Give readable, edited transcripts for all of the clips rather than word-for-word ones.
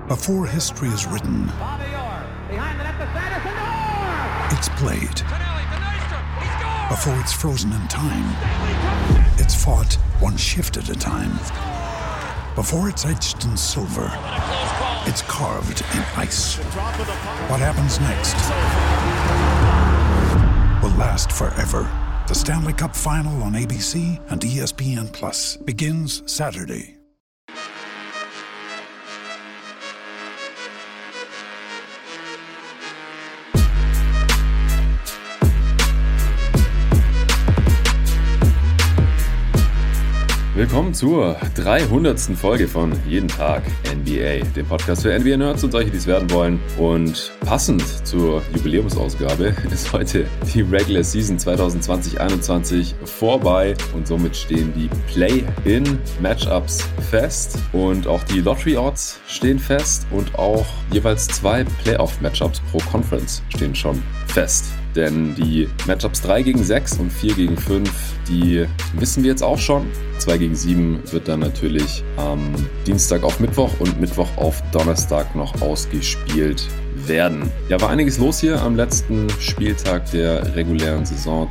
Before history is written, it's played. Before it's frozen in time, it's fought one shift at a time. Before it's etched in silver, it's carved in ice. What happens next will last forever. The Stanley Cup Final on ABC and ESPN Plus begins Saturday. Willkommen zur 300. Folge von Jeden Tag NBA, dem Podcast für NBA-Nerds und solche, die es werden wollen. Und passend zur Jubiläumsausgabe ist heute die Regular Season 2020-21 vorbei und somit stehen die Play-In-Matchups fest und auch die Lottery-Odds stehen fest und auch jeweils 2 Playoff-Matchups pro Conference stehen schon fest. Denn die Matchups 3 gegen 6 und 4 gegen 5, die wissen wir jetzt auch schon. 2 gegen 7 wird dann natürlich am Dienstag auf Mittwoch und Mittwoch auf Donnerstag noch ausgespielt werden. Ja, war einiges los hier am letzten Spieltag der regulären Saison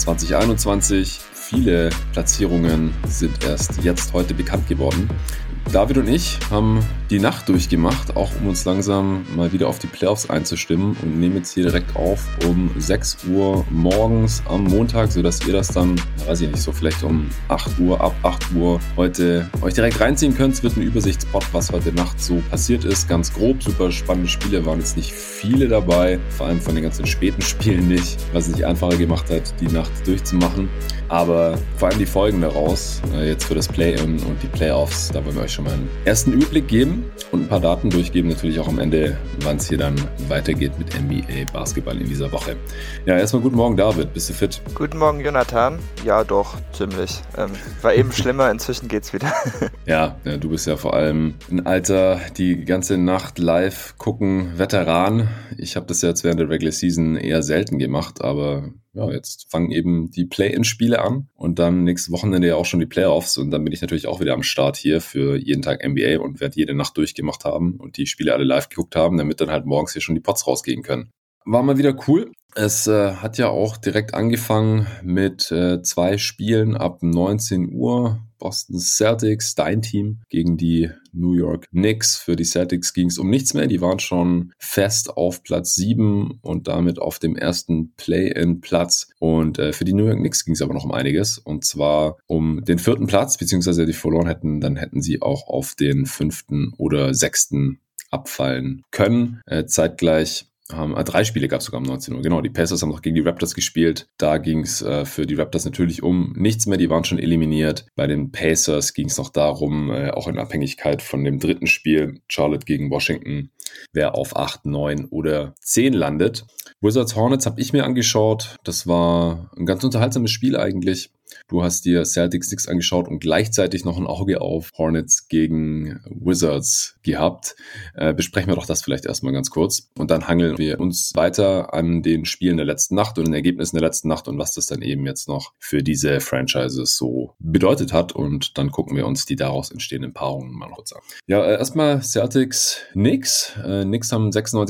2020-21. Viele Platzierungen sind erst jetzt heute bekannt geworden. David und ich haben die Nacht durchgemacht, auch um uns langsam mal wieder auf die Playoffs einzustimmen und nehmen jetzt hier direkt auf um 6 Uhr morgens am Montag, sodass ihr das dann, weiß ich nicht, so vielleicht um 8 Uhr, ab 8 Uhr heute euch direkt reinziehen könnt. Es wird ein Übersichtspot, was heute Nacht so passiert ist. Ganz grob, super spannende Spiele, waren jetzt nicht viele dabei, vor allem von den ganzen späten Spielen nicht, was es nicht einfacher gemacht hat, die Nacht durchzumachen. Aber vor allem die Folgen daraus, jetzt für das Play-In und die Playoffs, da wollen wir euch schon mal einen ersten Überblick geben und ein paar Daten durchgeben, natürlich auch am Ende, wann es hier dann weitergeht mit NBA Basketball in dieser Woche. Ja, erstmal guten Morgen, David, bist du fit? Guten Morgen, Jonathan. Ja, doch, ziemlich. War eben schlimmer, inzwischen geht's wieder. Ja, du bist ja vor allem ein alter, die ganze Nacht live gucken Veteran. Ich habe das jetzt während der Regular Season eher selten gemacht, aber ja, jetzt fangen eben die Play-In-Spiele an und dann nächstes Wochenende ja auch schon die Playoffs und dann bin ich natürlich auch wieder am Start hier für jeden Tag NBA und werde jede Nacht durchgemacht haben und die Spiele alle live geguckt haben, damit dann halt morgens hier schon die Pots rausgehen können. War mal wieder cool. Es hat ja auch direkt angefangen mit 2 Spielen ab 19 Uhr. Boston Celtics, dein Team, gegen die New York Knicks. Für die Celtics ging es um nichts mehr. Die waren schon fest auf Platz 7 und damit auf dem ersten Play-In-Platz. Und für die New York Knicks ging es aber noch um einiges. Und zwar um den 4. Platz, beziehungsweise die verloren hätten, dann hätten sie auch auf den 5. oder 6. abfallen können. Zeitgleich 3 Spiele gab es sogar um 19 Uhr. Genau, die Pacers haben noch gegen die Raptors gespielt. Da ging es für die Raptors natürlich um nichts mehr. Die waren schon eliminiert. Bei den Pacers ging es noch darum, auch in Abhängigkeit von dem 3. Spiel, Charlotte gegen Washington, wer auf 8, 9 oder 10 landet. Wizards Hornets habe ich mir angeschaut. Das war ein ganz unterhaltsames Spiel eigentlich. Du hast dir Celtics Knicks angeschaut und gleichzeitig noch ein Auge auf Hornets gegen Wizards gehabt. Besprechen wir doch das vielleicht erstmal ganz kurz. Und dann hangeln wir uns weiter an den Spielen der letzten Nacht und den Ergebnissen der letzten Nacht und was das dann eben jetzt noch für diese Franchises so bedeutet hat. Und dann gucken wir uns die daraus entstehenden Paarungen mal kurz an. Ja, erstmal Celtics Knicks. Knicks haben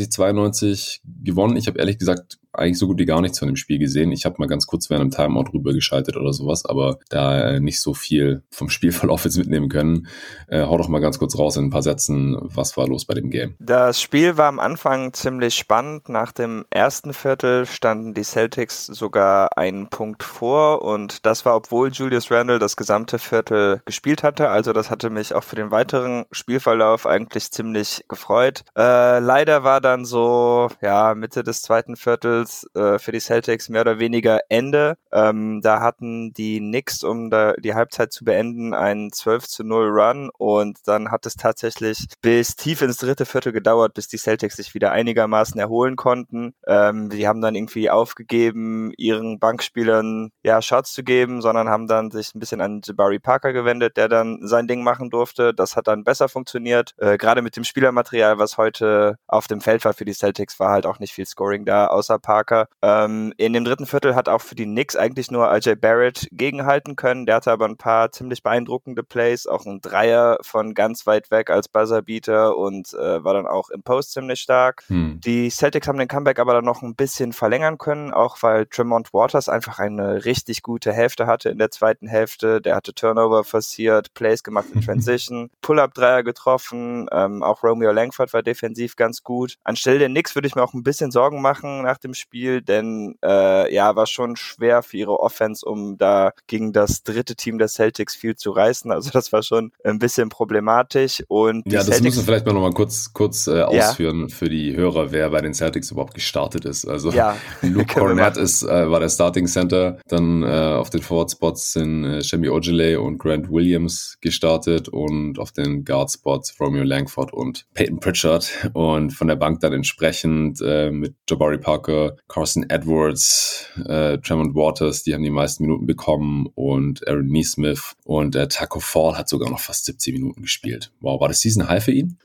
96-92 gewonnen. Ich habe ehrlich gesagt eigentlich so gut wie gar nichts von dem Spiel gesehen. Ich habe mal ganz kurz während einem Timeout rübergeschaltet oder sowas, aber da nicht so viel vom Spielverlauf jetzt mitnehmen können. Hau doch mal ganz kurz raus in ein paar Sätzen, was war los bei dem Game? Das Spiel war am Anfang ziemlich spannend. Nach dem ersten Viertel standen die Celtics sogar einen Punkt vor und das war, obwohl Julius Randle das gesamte Viertel gespielt hatte. Also das hatte mich auch für den weiteren Spielverlauf eigentlich ziemlich gefreut. Leider war dann so, ja, Mitte des zweiten Viertels für die Celtics mehr oder weniger Ende. Da hatten die Knicks, um die Halbzeit zu beenden, einen 12-0 Run und dann hat es tatsächlich bis tief ins 3. Viertel gedauert, bis die Celtics sich wieder einigermaßen erholen konnten. Die haben dann irgendwie aufgegeben, ihren Bankspielern Shots zu geben, sondern haben dann sich ein bisschen an Jabari Parker gewendet, der dann sein Ding machen durfte. Das hat dann besser funktioniert. Gerade mit dem Spielermaterial, was heute auf dem Feld war für die Celtics, war halt auch nicht viel Scoring da, außer Parker Parker. In dem dritten Viertel hat auch für die Knicks eigentlich nur RJ Barrett gegenhalten können. Der hatte aber ein paar ziemlich beeindruckende Plays, auch ein Dreier von ganz weit weg als Buzzerbeater und war dann auch im Post ziemlich stark. Die Celtics haben den Comeback aber dann noch ein bisschen verlängern können, auch weil Tremont Waters einfach eine richtig gute Hälfte hatte in der zweiten Hälfte. Der hatte Turnover forciert, Plays gemacht in Transition, Pull-Up-Dreier getroffen, auch Romeo Langford war defensiv ganz gut. Anstelle der Knicks würde ich mir auch ein bisschen Sorgen machen nach dem Spiel, denn war schon schwer für ihre Offense, um da gegen das dritte Team der Celtics viel zu reißen. Also das war schon ein bisschen problematisch. Und ja, das Celtics, müssen wir vielleicht mal nochmal kurz ausführen für die Hörer, wer bei den Celtics überhaupt gestartet ist. Also Luke Cornett war der Starting Center, dann auf den Forward Spots sind Semi Ojeleye und Grant Williams gestartet und auf den Guard Spots Romeo Langford und Peyton Pritchard und von der Bank dann entsprechend mit Jabari Parker, Carson Edwards, Tremont Waters, die haben die meisten Minuten bekommen und Aaron Nesmith und Taco Fall hat sogar noch fast 17 Minuten gespielt. Wow, war das Season High für ihn?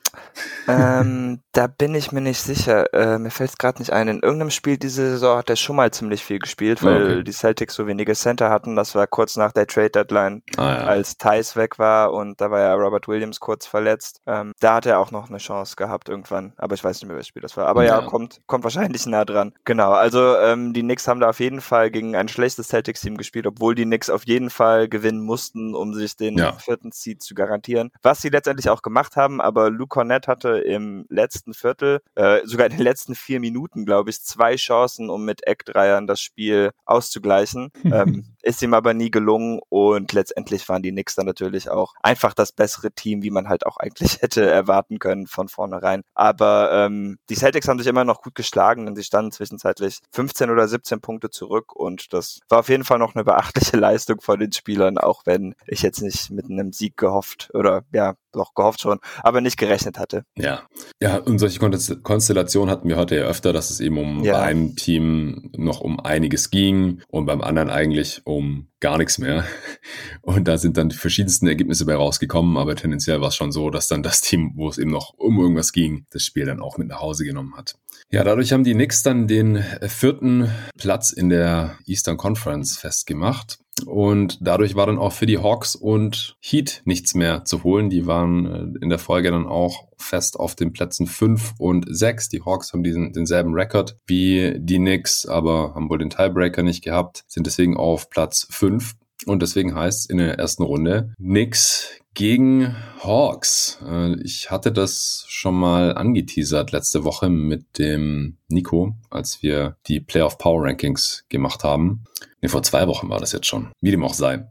Da bin ich mir nicht sicher. Mir fällt es gerade nicht ein. In irgendeinem Spiel diese Saison hat er schon mal ziemlich viel gespielt, weil die Celtics so wenige Center hatten. Das war kurz nach der Trade-Deadline, als Theis weg war und da war ja Robert Williams kurz verletzt. Da hat er auch noch eine Chance gehabt irgendwann, aber ich weiß nicht mehr, welches Spiel das war. Aber kommt wahrscheinlich nah dran. Genau, also die Knicks haben da auf jeden Fall gegen ein schlechtes Celtics-Team gespielt, obwohl die Knicks auf jeden Fall gewinnen mussten, um sich den vierten Seed zu garantieren. Was sie letztendlich auch gemacht haben, aber Luke Cornett hatte im letzten Viertel, sogar in den letzten 4 Minuten, glaube ich, 2 Chancen, um mit Eckdreiern das Spiel auszugleichen. Ist ihm aber nie gelungen und letztendlich waren die Knicks dann natürlich auch einfach das bessere Team, wie man halt auch eigentlich hätte erwarten können von vornherein. Aber die Celtics haben sich immer noch gut geschlagen, denn sie standen zwischenzeitlich 15 oder 17 Punkte zurück und das war auf jeden Fall noch eine beachtliche Leistung von den Spielern, auch wenn ich jetzt nicht mit einem Sieg gehofft oder doch gehofft schon, aber nicht gerechnet hatte. Ja, und solche Konstellationen hatten wir heute ja öfter, dass es eben bei einem Team noch um einiges ging und beim anderen eigentlich um gar nichts mehr. Und da sind dann die verschiedensten Ergebnisse bei rausgekommen, aber tendenziell war es schon so, dass dann das Team, wo es eben noch um irgendwas ging, das Spiel dann auch mit nach Hause genommen hat. Ja, dadurch haben die Knicks dann den 4. Platz in der Eastern Conference festgemacht. Und dadurch war dann auch für die Hawks und Heat nichts mehr zu holen. Die waren in der Folge dann auch fest auf den Plätzen 5 und 6. Die Hawks haben denselben Rekord wie die Knicks, aber haben wohl den Tiebreaker nicht gehabt, sind deswegen auf Platz 5. Und deswegen heißt es in der ersten Runde Knicks gegen Hawks. Ich hatte das schon mal angeteasert letzte Woche mit dem Nico, als wir die Playoff Power Rankings gemacht haben. Vor 2 Wochen war das jetzt schon. Wie dem auch sei.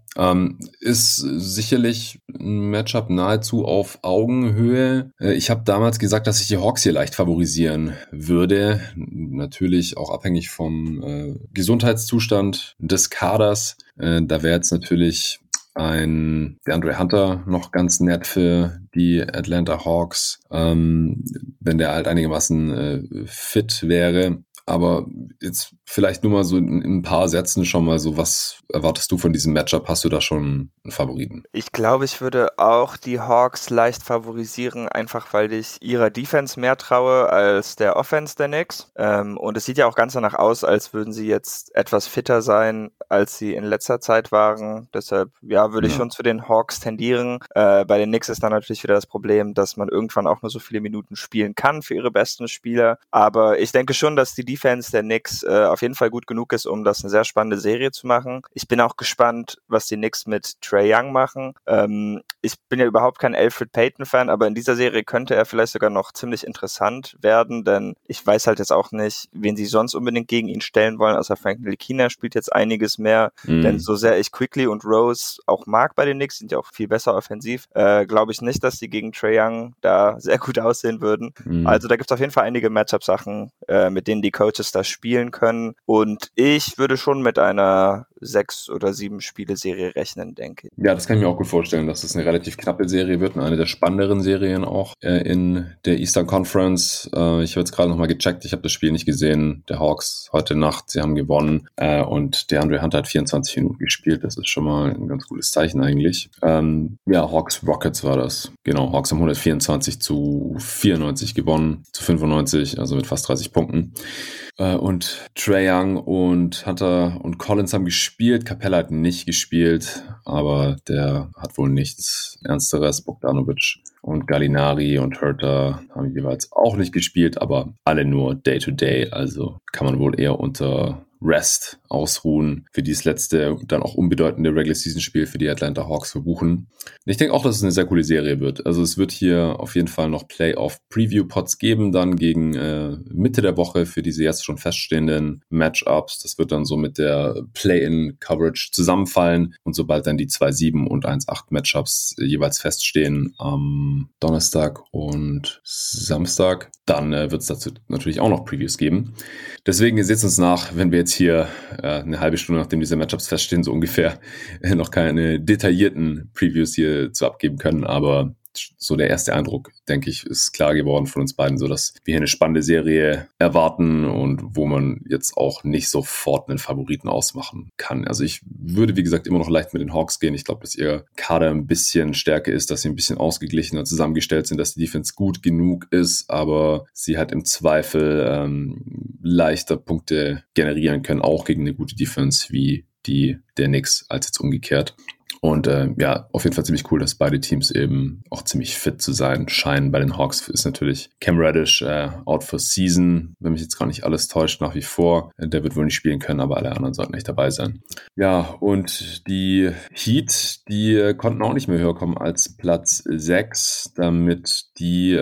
Ist sicherlich ein Matchup nahezu auf Augenhöhe. Ich habe damals gesagt, dass ich die Hawks hier leicht favorisieren würde. Natürlich auch abhängig vom Gesundheitszustand des Kaders. Da wäre jetzt natürlich ein DeAndre Hunter noch ganz nett für die Atlanta Hawks, wenn der halt einigermaßen fit wäre. Aber jetzt vielleicht nur mal so in ein paar Sätzen schon mal so, was erwartest du von diesem Matchup? Hast du da schon einen Favoriten? Ich glaube, ich würde auch die Hawks leicht favorisieren, einfach weil ich ihrer Defense mehr traue als der Offense der Knicks. Und es sieht ja auch ganz danach aus, als würden sie jetzt etwas fitter sein, als sie in letzter Zeit waren. Deshalb, würde ich schon zu den Hawks tendieren. Bei den Knicks ist dann natürlich wieder das Problem, dass man irgendwann auch nur so viele Minuten spielen kann für ihre besten Spieler. Aber ich denke schon, dass die Defense der Knicks auf jeden Fall gut genug ist, um das eine sehr spannende Serie zu machen. Ich bin auch gespannt, was die Knicks mit Trae Young machen. Ich bin ja überhaupt kein Elfrid Payton-Fan, aber in dieser Serie könnte er vielleicht sogar noch ziemlich interessant werden, denn ich weiß halt jetzt auch nicht, wen sie sonst unbedingt gegen ihn stellen wollen, außer Frank Ntilikina spielt jetzt einiges mehr, denn so sehr ich Quickley und Rose auch mag bei den Knicks, sind ja auch viel besser offensiv, glaube ich nicht, dass die gegen Trae Young da sehr gut aussehen würden. Also da gibt es auf jeden Fall einige Matchup-Sachen, mit denen die Coaches da spielen können und ich würde schon mit einer 6 oder 7 Spiele-Serie rechnen, denke ich. Ja, das kann ich mir auch gut vorstellen, dass es eine relativ knappe Serie wird und eine der spannenderen Serien auch in der Eastern Conference. Ich habe jetzt gerade nochmal gecheckt, ich habe das Spiel nicht gesehen, der Hawks heute Nacht, sie haben gewonnen und DeAndre Hunter hat 24 Minuten gespielt, das ist schon mal ein ganz gutes Zeichen eigentlich. Hawks Rockets war das. Genau, Hawks haben 124-94 gewonnen, zu 95, also mit fast 30 Punkten. Und Trae Young und Hunter und Collins haben gespielt. Capella hat nicht gespielt, aber der hat wohl nichts Ernsteres. Bogdanovic und Gallinari und Huerter haben jeweils auch nicht gespielt, aber alle nur Day-to-Day. Also kann man wohl eher unter Rest ausruhen für dieses letzte, dann auch unbedeutende Regular-Season-Spiel für die Atlanta Hawks verbuchen. Und ich denke auch, dass es eine sehr coole Serie wird. Also es wird hier auf jeden Fall noch Playoff-Preview-Pods geben, dann gegen Mitte der Woche für diese jetzt schon feststehenden Matchups. Das wird dann so mit der Play-in-Coverage zusammenfallen. Und sobald dann die 2-7 und 1-8 Matchups jeweils feststehen am Donnerstag und Samstag, dann wird es dazu natürlich auch noch Previews geben. Deswegen seht uns nach, wenn wir jetzt hier eine halbe Stunde, nachdem diese Matchups feststehen, so ungefähr noch keine detaillierten Previews hier zu abgeben können, aber so der erste Eindruck, denke ich, ist klar geworden von uns beiden, so dass wir hier eine spannende Serie erwarten und wo man jetzt auch nicht sofort einen Favoriten ausmachen kann. Also ich würde, wie gesagt, immer noch leicht mit den Hawks gehen. Ich glaube, dass ihr Kader ein bisschen stärker ist, dass sie ein bisschen ausgeglichener zusammengestellt sind, dass die Defense gut genug ist, aber sie halt im Zweifel leichter Punkte generieren können, auch gegen eine gute Defense wie die der Knicks, als jetzt umgekehrt. Und auf jeden Fall ziemlich cool, dass beide Teams eben auch ziemlich fit zu sein scheinen. Bei den Hawks ist natürlich Cam Reddish out for season, wenn mich jetzt gar nicht alles täuscht, nach wie vor. Der wird wohl nicht spielen können, aber alle anderen sollten echt dabei sein. Ja, und die Heat, die konnten auch nicht mehr höher kommen als Platz 6, damit die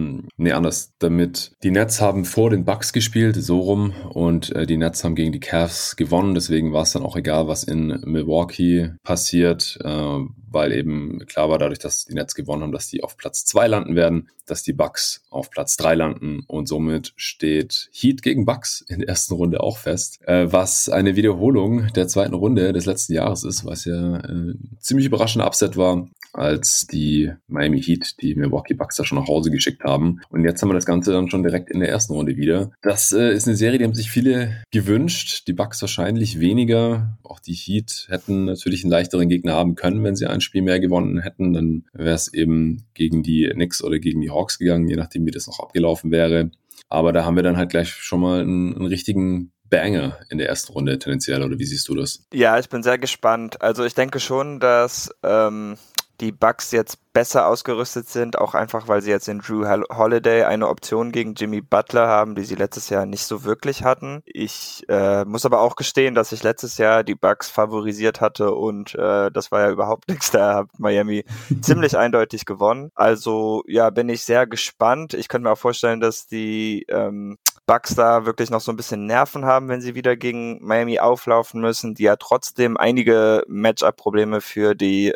Nets haben vor den Bucks gespielt, so rum, und die Nets haben gegen die Cavs gewonnen. Deswegen war es dann auch egal, was in Milwaukee passiert, weil eben klar war, dadurch, dass die Nets gewonnen haben, dass die auf Platz 2 landen werden, dass die Bucks auf Platz 3 landen und somit steht Heat gegen Bucks in der ersten Runde auch fest, was eine Wiederholung der zweiten Runde des letzten Jahres ist, was ja ziemlich überraschender Upset war, als die Miami Heat die Milwaukee Bucks da schon nach Hause geschickt haben. Und jetzt haben wir das Ganze dann schon direkt in der ersten Runde wieder. Das ist eine Serie, die haben sich viele gewünscht, die Bucks wahrscheinlich weniger. Auch die Heat hätten natürlich einen leichteren Gegner haben können, wenn sie ein Spiel mehr gewonnen hätten. Dann wäre es eben gegen die Knicks oder gegen die Hawks gegangen, je nachdem, wie das noch abgelaufen wäre. Aber da haben wir dann halt gleich schon mal einen richtigen Banger in der ersten Runde tendenziell, oder wie siehst du das? Ja, ich bin sehr gespannt. Also ich denke schon, dass die Bucks jetzt besser ausgerüstet sind, auch einfach, weil sie jetzt in Drew Holiday eine Option gegen Jimmy Butler haben, die sie letztes Jahr nicht so wirklich hatten. Ich muss aber auch gestehen, dass ich letztes Jahr die Bucks favorisiert hatte und das war ja überhaupt nichts. Da hat Miami ziemlich eindeutig gewonnen. Also ja, bin ich sehr gespannt. Ich könnte mir auch vorstellen, dass die Bucks da wirklich noch so ein bisschen Nerven haben, wenn sie wieder gegen Miami auflaufen müssen, die ja trotzdem einige Matchup-Probleme für die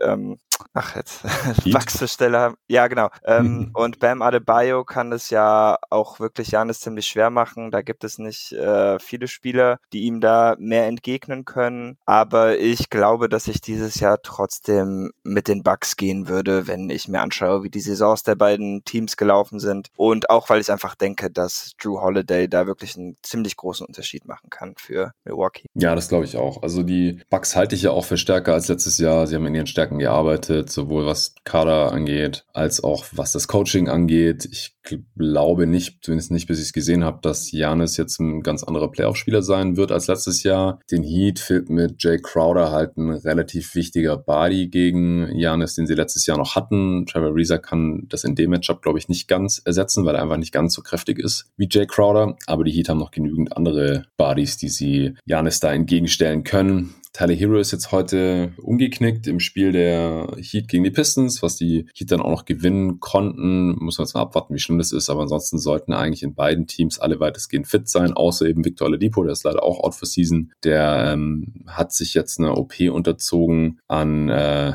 Bucks-Stelle haben. Ja, genau. Und Bam Adebayo kann es ja auch wirklich Giannis ziemlich schwer machen. Da gibt es nicht viele Spieler, die ihm da mehr entgegnen können. Aber ich glaube, dass ich dieses Jahr trotzdem mit den Bucks gehen würde, wenn ich mir anschaue, wie die Saisons der beiden Teams gelaufen sind. Und auch, weil ich einfach denke, dass Drew Holiday da wirklich einen ziemlich großen Unterschied machen kann für Milwaukee. Ja, das glaube ich auch. Also die Bucks halte ich ja auch für stärker als letztes Jahr. Sie haben in ihren Stärken gearbeitet, sowohl was Kader angeht, als auch was das Coaching angeht. Ich glaube nicht, zumindest nicht, bis ich es gesehen habe, dass Giannis jetzt ein ganz anderer Playoff-Spieler sein wird als letztes Jahr. Den Heat fehlt mit Jay Crowder halt ein relativ wichtiger Body gegen Giannis, den sie letztes Jahr noch hatten. Trevor Ariza kann das in dem Matchup, glaube ich, nicht ganz ersetzen, weil er einfach nicht ganz so kräftig ist wie Jay Crowder. Aber die Heat haben noch genügend andere Bodies, die sie Giannis da entgegenstellen können. Tyler Hero ist jetzt heute umgeknickt im Spiel der Heat gegen die Pistons, was die Heat dann auch noch gewinnen konnten. Muss man jetzt mal abwarten, wie schlimm das ist, aber ansonsten sollten eigentlich in beiden Teams alle weitestgehend fit sein, außer eben Victor Oladipo, der ist leider auch out for season. Der hat sich jetzt einer OP unterzogen an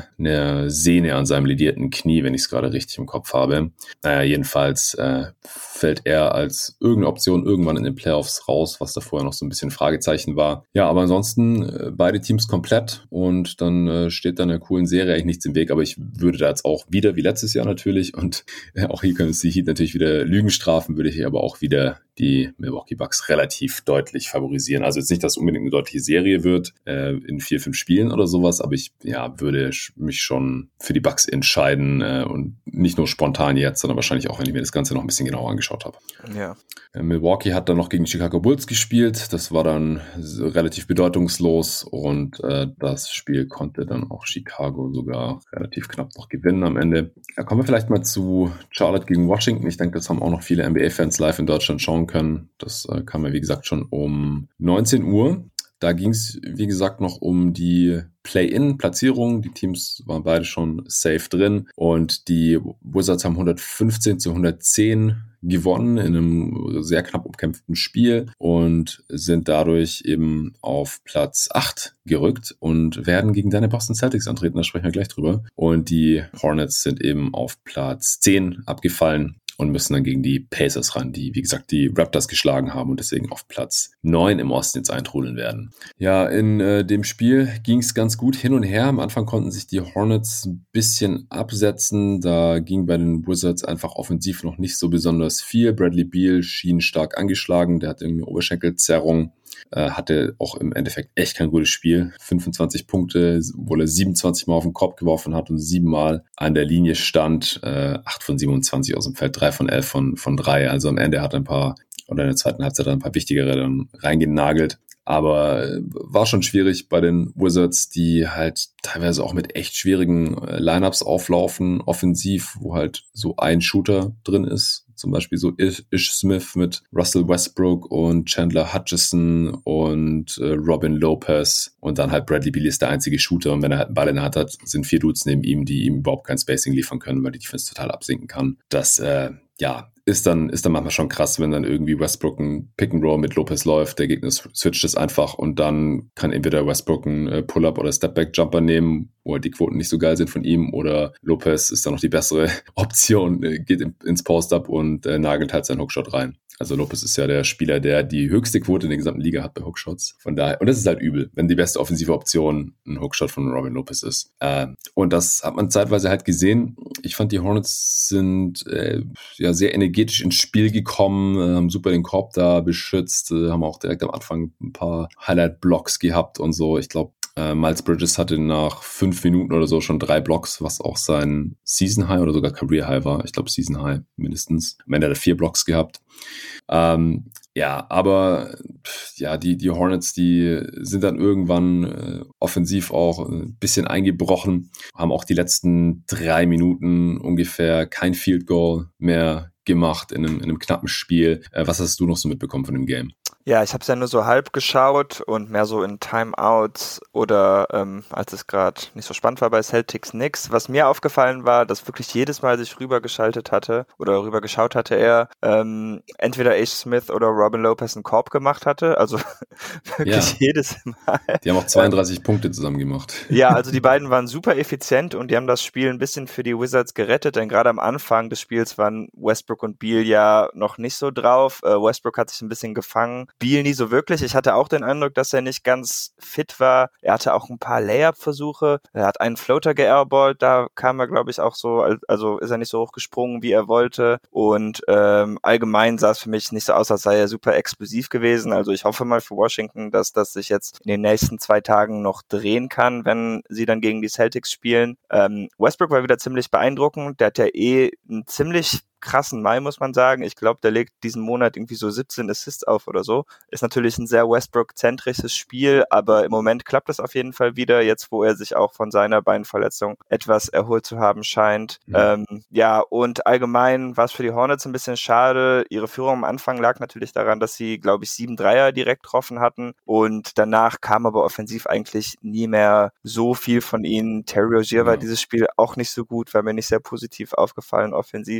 einer Sehne an seinem ledierten Knie, wenn ich es gerade richtig im Kopf habe. Jedenfalls fällt er als irgendeine Option irgendwann in den Playoffs raus, was da vorher noch so ein bisschen Fragezeichen war. Ja, aber ansonsten beide Teams komplett und dann steht da einer coolen Serie eigentlich nichts im Weg, aber ich würde da jetzt auch wieder, wie letztes Jahr natürlich, und auch hier können es die Heat natürlich wieder Lügen strafen, würde ich aber auch wieder die Milwaukee Bucks relativ deutlich favorisieren. Also jetzt nicht, dass es unbedingt eine deutliche Serie wird in 4-5 Spielen oder sowas, aber ich würde mich schon für die Bucks entscheiden und nicht nur spontan jetzt, sondern wahrscheinlich auch, wenn ich mir das Ganze noch ein bisschen genauer angeschaut habe. Ja. Milwaukee hat dann noch gegen Chicago Bulls gespielt. Das war dann relativ bedeutungslos und das Spiel konnte dann auch Chicago sogar relativ knapp noch gewinnen am Ende. Ja, kommen wir vielleicht mal zu Charlotte gegen Washington. Ich denke, das haben auch noch viele NBA-Fans live in Deutschland schauen können. Das kam ja, wie gesagt, schon um 19 Uhr. Da ging es, wie gesagt, noch um die Play-In-Platzierung. Die Teams waren beide schon safe drin und die Wizards haben 115-110 gewonnen in einem sehr knapp umkämpften Spiel und sind dadurch eben auf Platz 8 gerückt und werden gegen deine Boston Celtics antreten. Da sprechen wir gleich drüber. Und die Hornets sind eben auf Platz 10 abgefallen und müssen dann gegen die Pacers ran, die, wie gesagt, die Raptors geschlagen haben und deswegen auf Platz 9 im Osten jetzt eintrudeln werden. Ja, in dem Spiel ging es ganz gut hin und her. Am Anfang konnten sich die Hornets ein bisschen absetzen. Da ging bei den Wizards einfach offensiv noch nicht so besonders viel. Bradley Beal schien stark angeschlagen. Der hatte eine Oberschenkelzerrung. Hatte auch im Endeffekt echt kein gutes Spiel. 25 Punkte, obwohl er 27 Mal auf den Korb geworfen hat und 7 Mal an der Linie stand. 8 von 27 aus dem Feld, 3 von 11 von 3. Also am Ende hat er in der zweiten Halbzeit ein paar wichtigere dann reingenagelt. Aber war schon schwierig bei den Wizards, die halt teilweise auch mit echt schwierigen Lineups auflaufen, offensiv, wo halt so ein Shooter drin ist. Zum Beispiel so Ish Smith mit Russell Westbrook und Chandler Hutchison und Robin Lopez. Und dann halt Bradley Beal ist der einzige Shooter. Und wenn er halt einen Ball in der Hand hat, sind 4 Dudes neben ihm, die ihm überhaupt kein Spacing liefern können, weil die Defense total absinken kann. Das, ist dann manchmal schon krass, wenn dann irgendwie Westbrook ein Pick-and-Roll mit Lopez läuft, der Gegner switcht es einfach und dann kann entweder Westbrook einen Pull-Up oder Step-Back-Jumper nehmen, wo die Quoten nicht so geil sind von ihm, oder Lopez ist dann noch die bessere Option, geht ins Post-Up und nagelt halt seinen Hookshot rein. Also Lopez ist ja der Spieler, der die höchste Quote in der gesamten Liga hat bei Hookshots. Von daher, und das ist halt übel, wenn die beste offensive Option ein Hookshot von Robin Lopez ist. Und das hat man zeitweise halt gesehen. Ich fand, die Hornets sind sehr energetisch ins Spiel gekommen, haben super den Korb da beschützt, haben auch direkt am Anfang ein paar Highlight-Blocks gehabt und so. Ich glaube, Miles Bridges hatte nach 5 Minuten oder so schon 3 Blocks, was auch sein Season High oder sogar Career High war. Ich glaube Season High mindestens. Am Ende hat er 4 Blocks gehabt. Aber die Hornets, die sind dann irgendwann offensiv auch ein bisschen eingebrochen, haben auch die letzten 3 Minuten ungefähr kein Field Goal mehr gemacht in einem knappen Spiel. Was hast du noch so mitbekommen von dem Game? Ja, ich habe es ja nur so halb geschaut und mehr so in Timeouts oder als es gerade nicht so spannend war bei Celtics nix. Was mir aufgefallen war, dass wirklich jedes Mal sich rübergeschaut hatte er entweder Ish Smith oder Robin Lopez einen Korb gemacht hatte. Also wirklich jedes Mal. Die haben auch 32 Punkte zusammen gemacht. Ja, also die beiden waren super effizient und die haben das Spiel ein bisschen für die Wizards gerettet, denn gerade am Anfang des Spiels waren Westbrook und Beal ja noch nicht so drauf. Westbrook hat sich ein bisschen gefangen. Beal nie so wirklich. Ich hatte auch den Eindruck, dass er nicht ganz fit war. Er hatte auch ein paar Layup-Versuche. Er hat einen Floater geairballt. Da kam er, glaube ich, auch so, also ist er nicht so hoch gesprungen, wie er wollte. Und allgemein sah es für mich nicht so aus, als sei er super explosiv gewesen. Also ich hoffe mal für Washington, dass das sich jetzt in den nächsten 2 Tagen noch drehen kann, wenn sie dann gegen die Celtics spielen. Westbrook war wieder ziemlich beeindruckend. Der hat ja einen ziemlich krassen Mai, muss man sagen. Ich glaube, der legt diesen Monat irgendwie so 17 Assists auf oder so. Ist natürlich ein sehr Westbrook-zentrisches Spiel, aber im Moment klappt das auf jeden Fall wieder, jetzt wo er sich auch von seiner Beinverletzung etwas erholt zu haben scheint. Und allgemein war es für die Hornets ein bisschen schade. Ihre Führung am Anfang lag natürlich daran, dass sie, glaube ich, 7 Dreier direkt getroffen hatten und danach kam aber offensiv eigentlich nie mehr so viel von ihnen. Terry Rozier war dieses Spiel auch nicht so gut, war mir nicht sehr positiv aufgefallen offensiv. Muss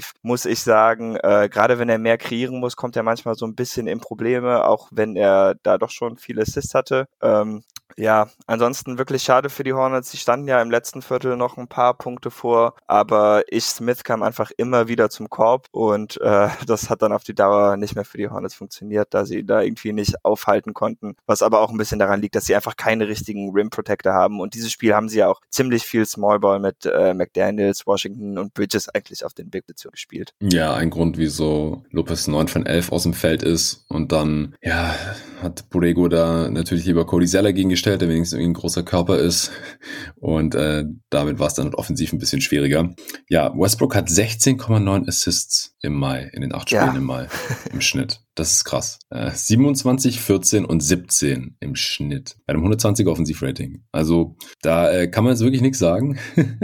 ich sagen. Gerade wenn er mehr kreieren muss, kommt er manchmal so ein bisschen in Probleme, auch wenn er da doch schon viele Assists hatte. Ja, ansonsten wirklich schade für die Hornets. Die standen ja im letzten Viertel noch ein paar Punkte vor, aber Smith kam einfach immer wieder zum Korb und das hat dann auf die Dauer nicht mehr für die Hornets funktioniert, da sie da irgendwie nicht aufhalten konnten, was aber auch ein bisschen daran liegt, dass sie einfach keine richtigen Rim Protector haben und dieses Spiel haben sie ja auch ziemlich viel Smallball mit McDaniels, Washington und Bridges eigentlich auf den Big Positionen gespielt. Ja, ein Grund, wieso Lopez 9 von 11 aus dem Feld ist und dann, ja, hat Borrego da natürlich lieber Cody Zeller gegengestellt, der wenigstens irgendwie ein großer Körper ist und damit war es dann offensiv ein bisschen schwieriger. Ja, Westbrook hat 16,9 Assists im Mai, in den 8 Spielen im Mai im Schnitt. Das ist krass. 27, 14 und 17 im Schnitt. Bei einem 120er Offensivrating. Also da kann man jetzt wirklich nichts sagen.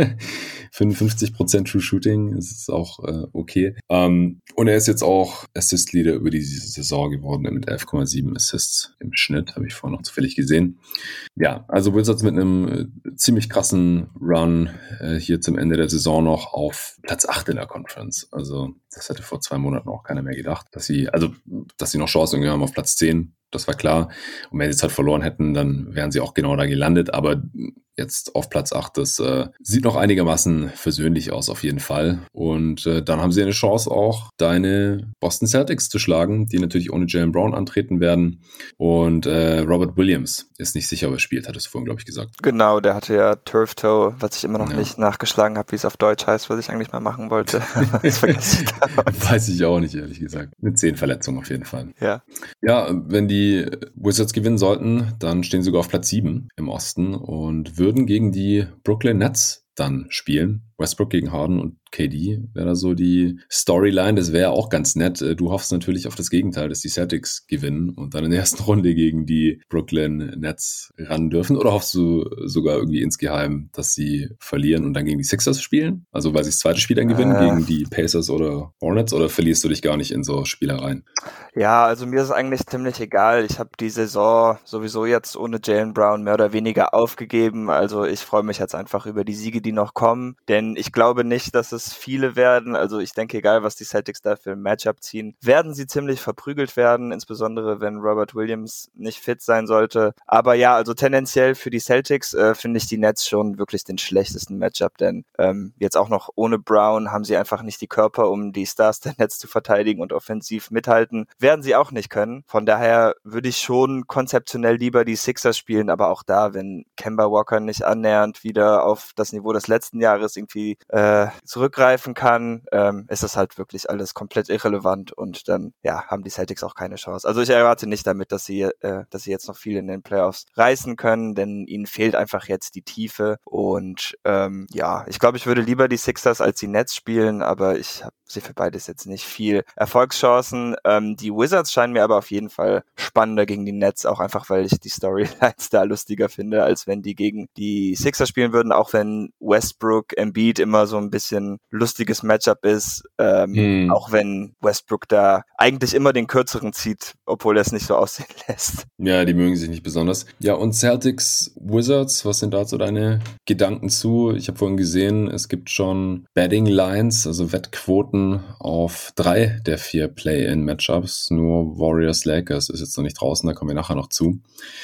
55% True Shooting ist auch okay. Und er ist jetzt auch Assist-Leader über diese Saison geworden mit 11,7 Assists im Schnitt. Habe ich vorhin noch zufällig gesehen. Ja, also Wizards mit einem ziemlich krassen Run hier zum Ende der Saison noch auf Platz 8 in der Conference. Also das hätte vor 2 Monaten auch keiner mehr gedacht, dass sie noch Chancen irgendwie haben auf Platz 10. Das war klar. Und wenn sie jetzt halt verloren hätten, dann wären sie auch genau da gelandet. Aber jetzt auf Platz 8, das sieht noch einigermaßen versöhnlich aus auf jeden Fall. Und dann haben sie eine Chance auch, deine Boston Celtics zu schlagen, die natürlich ohne Jaylen Brown antreten werden. Und Robert Williams ist nicht sicher, ob er spielt, hattest du vorhin, glaube ich, gesagt. Genau, der hatte ja Turf Toe, was ich immer noch nicht nachgeschlagen habe, wie es auf Deutsch heißt, was ich eigentlich mal machen wollte. Das vergesse ich dann. Weiß ich auch nicht, ehrlich gesagt. Eine 10 Verletzung auf jeden Fall. Ja. Ja, wenn die Wizards gewinnen sollten, dann stehen sie sogar auf Platz 7 im Osten und würden gegen die Brooklyn Nets dann spielen. Westbrook gegen Harden und KD wäre da so die Storyline. Das wäre auch ganz nett. Du hoffst natürlich auf das Gegenteil, dass die Celtics gewinnen und dann in der ersten Runde gegen die Brooklyn Nets ran dürfen. Oder hoffst du sogar irgendwie insgeheim, dass sie verlieren und dann gegen die Sixers spielen? Also weil sie das zweite Spiel dann gewinnen gegen die Pacers oder Hornets? Oder verlierst du dich gar nicht in so Spielereien? Ja, also mir ist es eigentlich ziemlich egal. Ich habe die Saison sowieso jetzt ohne Jaylen Brown mehr oder weniger aufgegeben. Also ich freue mich jetzt einfach über die Siege, die noch kommen. Denn ich glaube nicht, dass es viele werden. Also ich denke, egal was die Celtics da für ein Matchup ziehen, werden sie ziemlich verprügelt werden, insbesondere wenn Robert Williams nicht fit sein sollte. Aber ja, also tendenziell für die Celtics finde ich die Nets schon wirklich den schlechtesten Matchup, denn jetzt auch noch ohne Brown haben sie einfach nicht die Körper, um die Stars der Nets zu verteidigen und offensiv mithalten. Werden sie auch nicht können. Von daher würde ich schon konzeptionell lieber die Sixers spielen, aber auch da, wenn Kemba Walker nicht annähernd wieder auf das Niveau des letzten Jahres irgendwie zurückgreifen kann, ist das halt wirklich alles komplett irrelevant und dann haben die Celtics auch keine Chance. Also ich erwarte nicht damit, dass sie jetzt noch viel in den Playoffs reißen können, denn ihnen fehlt einfach jetzt die Tiefe und ich glaube, ich würde lieber die Sixers als die Nets spielen, aber ich sehe für beides jetzt nicht viel Erfolgschancen. Die Wizards scheinen mir aber auf jeden Fall spannender gegen die Nets, auch einfach, weil ich die Storylines da lustiger finde, als wenn die gegen die Sixers spielen würden, auch wenn Westbrook, Embiid immer so ein bisschen lustiges Matchup ist, auch wenn Westbrook da eigentlich immer den kürzeren zieht, obwohl er es nicht so aussehen lässt. Ja, die mögen sich nicht besonders. Ja, und Celtics, Wizards, was sind dazu deine Gedanken zu? Ich habe vorhin gesehen, es gibt schon Betting Lines, also Wettquoten auf 3 der 4 Play-In-Matchups. Nur Warriors-Lakers ist jetzt noch nicht draußen, da kommen wir nachher noch zu.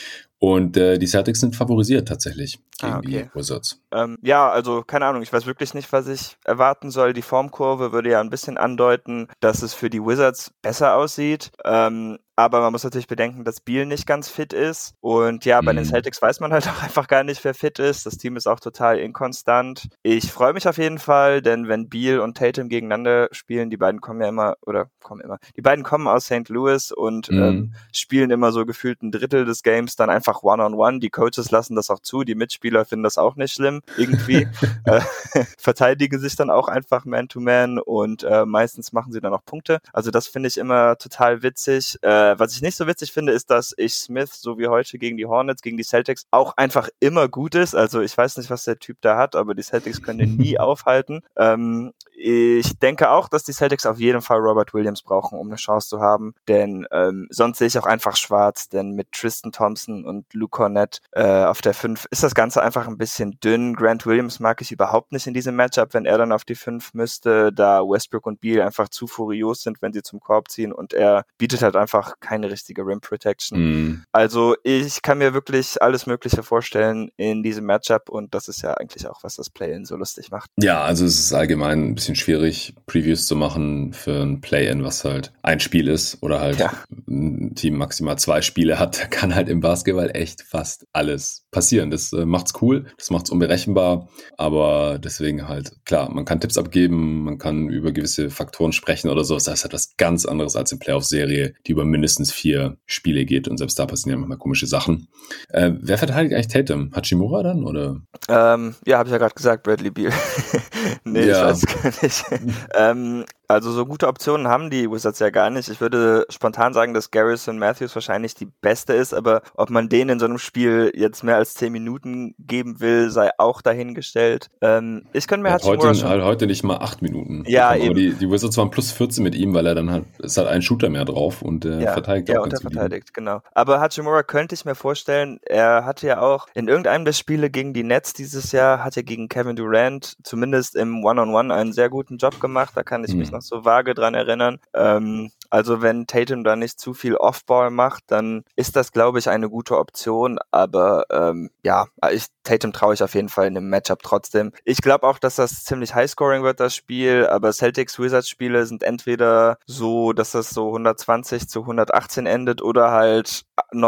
Und die Celtics sind favorisiert tatsächlich gegen die Wizards. Also keine Ahnung, ich weiß wirklich nicht, was ich erwarten soll. Die Formkurve würde ja ein bisschen andeuten, dass es für die Wizards besser aussieht. Aber man muss natürlich bedenken, dass Beal nicht ganz fit ist. Und ja, bei den Celtics weiß man halt auch einfach gar nicht, wer fit ist. Das Team ist auch total inkonstant. Ich freue mich auf jeden Fall, denn wenn Beal und Tatum gegeneinander spielen, die beiden kommen aus St. Louis und spielen immer so gefühlt ein Drittel des Games dann einfach One-on-One. Die Coaches lassen das auch zu, die Mitspieler finden das auch nicht schlimm irgendwie. Verteidigen sich dann auch einfach Man-to-Man und meistens machen sie dann auch Punkte. Also das finde ich immer total witzig. Was ich nicht so witzig finde, ist, dass Smith, so wie heute gegen die Hornets, gegen die Celtics, auch einfach immer gut ist. Also ich weiß nicht, was der Typ da hat, aber die Celtics können den nie aufhalten. Ich denke auch, dass die Celtics auf jeden Fall Robert Williams brauchen, um eine Chance zu haben, denn sonst sehe ich auch einfach schwarz, denn mit Tristan Thompson und Luke Kornet auf der 5 ist das Ganze einfach ein bisschen dünn. Grant Williams mag ich überhaupt nicht in diesem Matchup, wenn er dann auf die 5 müsste, da Westbrook und Beal einfach zu furios sind, wenn sie zum Korb ziehen und er bietet halt einfach keine richtige Rim Protection. Also ich kann mir wirklich alles Mögliche vorstellen in diesem Matchup und das ist ja eigentlich auch, was das Play-In so lustig macht. Ja, also es ist allgemein ein bisschen schwierig, Previews zu machen für ein Play-In, was halt ein Spiel ist oder halt ein Team maximal 2 Spiele hat. Da kann halt im Basketball echt fast alles passieren. Das macht's cool, das macht's unberechenbar, aber deswegen halt, klar, man kann Tipps abgeben, man kann über gewisse Faktoren sprechen oder so. Das ist halt was ganz anderes als eine Playoff-Serie, die über mindestens 4 Spiele geht und selbst da passieren ja manchmal komische Sachen. Wer verteidigt eigentlich Tatum? Hachimura dann, oder? Habe ich ja gerade gesagt, Bradley Beal. Nee, ja. Ich weiß gar nicht. Also so gute Optionen haben die Wizards ja gar nicht. Ich würde spontan sagen, dass Garrison Matthews wahrscheinlich die beste ist, aber ob man denen in so einem Spiel jetzt mehr als 10 Minuten geben will, sei auch dahingestellt. Ich könnte mir heute nicht mal 8 Minuten. Ja, bekommen, aber die Wizards waren plus 14 mit ihm, weil er dann halt, es hat einen Shooter mehr drauf und der verteidigt auch. Ja, und er verteidigt, genau. Aber Hachimura könnte ich mir vorstellen, er hatte ja auch in irgendeinem der Spiele gegen die Nets dieses Jahr, hat er gegen Kevin Durant zumindest im One-on-One einen sehr guten Job gemacht, da kann ich mich noch so vage dran erinnern. Also wenn Tatum da nicht zu viel Off-Ball macht, dann ist das, glaube ich, eine gute Option, aber Tatum traue ich auf jeden Fall in dem Matchup trotzdem. Ich glaube auch, dass das ziemlich High-Scoring wird, das Spiel, aber Celtics-Wizards-Spiele sind entweder so, dass das so 120-118 endet oder halt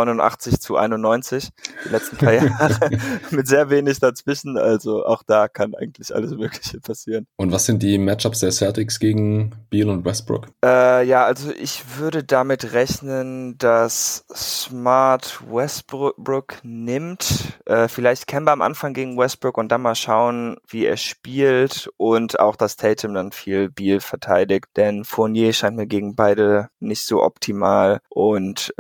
89-91 die letzten paar Jahre mit sehr wenig dazwischen, also auch da kann eigentlich alles Mögliche passieren. Und was sind die Matchups der Celtics gegen Beal und Westbrook? Also ich würde damit rechnen, dass Smart Westbrook nimmt, vielleicht Kemba am Anfang gegen Westbrook und dann mal schauen, wie er spielt und auch, dass Tatum dann viel Beal verteidigt, denn Fournier scheint mir gegen beide nicht so optimal und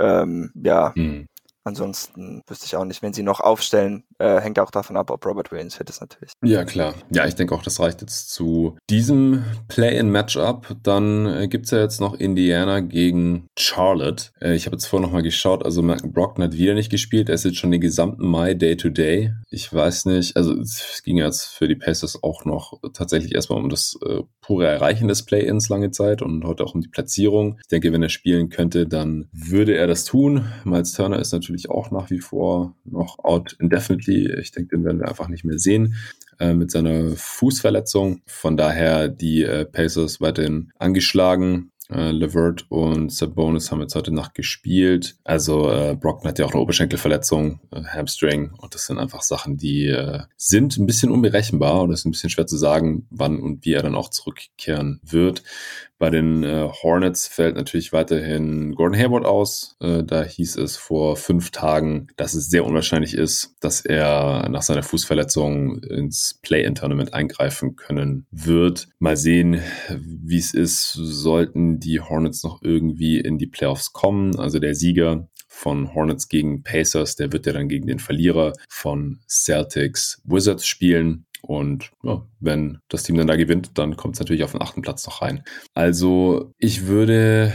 ansonsten wüsste ich auch nicht, wenn sie noch aufstellen, hängt auch davon ab, ob Robert Williams fit ist natürlich. Ja, klar. Ja, ich denke auch, das reicht jetzt zu diesem Play-in-Matchup. Dann gibt's ja jetzt noch Indiana gegen Charlotte. Ich habe jetzt vorher nochmal geschaut, also Malcolm Brogdon hat wieder nicht gespielt. Er ist jetzt schon den gesamten Mai Day-to-Day. Ich weiß nicht, also es ging jetzt für die Pacers auch noch tatsächlich erstmal um das pure Erreichen des Play-ins lange Zeit und heute auch um die Platzierung. Ich denke, wenn er spielen könnte, dann würde er das tun. Miles Turner ist natürlich auch nach wie vor noch out indefinitely. Ich denke, den werden wir einfach nicht mehr sehen mit seiner Fußverletzung. Von daher die Pacers weiterhin angeschlagen. LeVert und Sabonis haben jetzt heute Nacht gespielt. Also Brogdon hat ja auch eine Oberschenkelverletzung, Hamstring. Und das sind einfach Sachen, die sind ein bisschen unberechenbar. Und es ist ein bisschen schwer zu sagen, wann und wie er dann auch zurückkehren wird. Bei den Hornets fällt natürlich weiterhin Gordon Hayward aus. Da hieß es vor 5 Tagen, dass es sehr unwahrscheinlich ist, dass er nach seiner Fußverletzung ins Play-in-Tournament eingreifen können wird. Mal sehen, wie es ist, sollten die Hornets noch irgendwie in die Playoffs kommen. Also der Sieger von Hornets gegen Pacers, der wird ja dann gegen den Verlierer von Celtics Wizards spielen. Und ja, wenn das Team dann da gewinnt, dann kommt es natürlich auf den 8. Platz noch rein. Also ich würde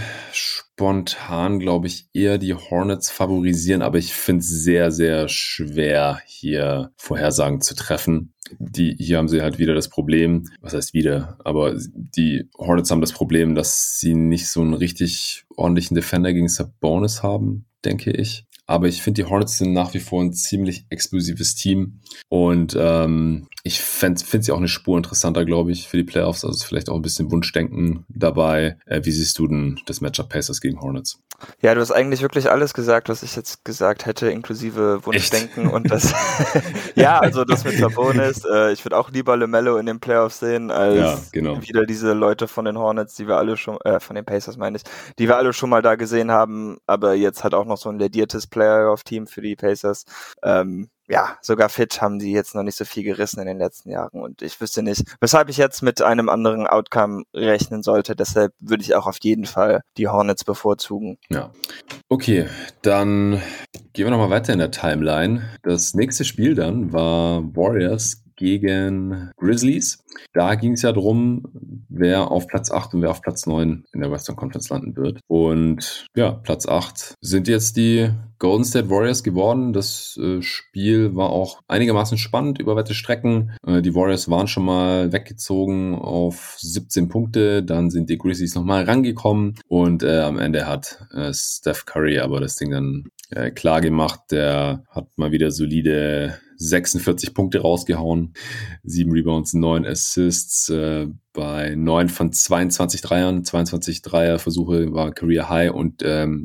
spontan, glaube ich, eher die Hornets favorisieren, aber ich finde es sehr, sehr schwer, hier Vorhersagen zu treffen. Hier haben sie halt wieder das Problem, was heißt wieder, aber die Hornets haben das Problem, dass sie nicht so einen richtig ordentlichen Defender gegen Sabonis haben, denke ich. Aber ich finde, die Hornets sind nach wie vor ein ziemlich explosives Team und ich finde sie auch eine Spur interessanter, glaube ich, für die Playoffs. Also ist vielleicht auch ein bisschen Wunschdenken dabei. Wie siehst du denn das Matchup Pacers gegen Hornets? Ja, du hast eigentlich wirklich alles gesagt, was ich jetzt gesagt hätte, inklusive Wunschdenken. Echt? Und das, ja, also das mit Sabonis. Ich würde auch lieber LaMelo in den Playoffs sehen, als wieder diese Leute von den Hornets, die wir alle schon, von den Pacers meine ich, die wir alle schon mal da gesehen haben, aber jetzt halt auch noch so ein lediertes Playoff-Team für die Pacers. ja, sogar fit haben die jetzt noch nicht so viel gerissen in den letzten Jahren und ich wüsste nicht, weshalb ich jetzt mit einem anderen Outcome rechnen sollte. Deshalb würde ich auch auf jeden Fall die Hornets bevorzugen. Ja. Okay, dann gehen wir nochmal weiter in der Timeline. Das nächste Spiel dann war Warriors gegen Grizzlies. Da ging es ja darum, wer auf Platz 8 und wer auf Platz 9 in der Western Conference landen wird. Und ja, Platz 8 sind jetzt die Golden State Warriors geworden. Das Spiel war auch einigermaßen spannend über weite Strecken. Die Warriors waren schon mal weggezogen auf 17 Punkte. Dann sind die Grizzlies nochmal rangekommen. Und am Ende hat Steph Curry aber das Ding dann klar gemacht. Der hat mal wieder solide 46 Punkte rausgehauen, 7 Rebounds, 9 Assists, bei 9 von 22 Dreiern, 22 Dreierversuche war Career High und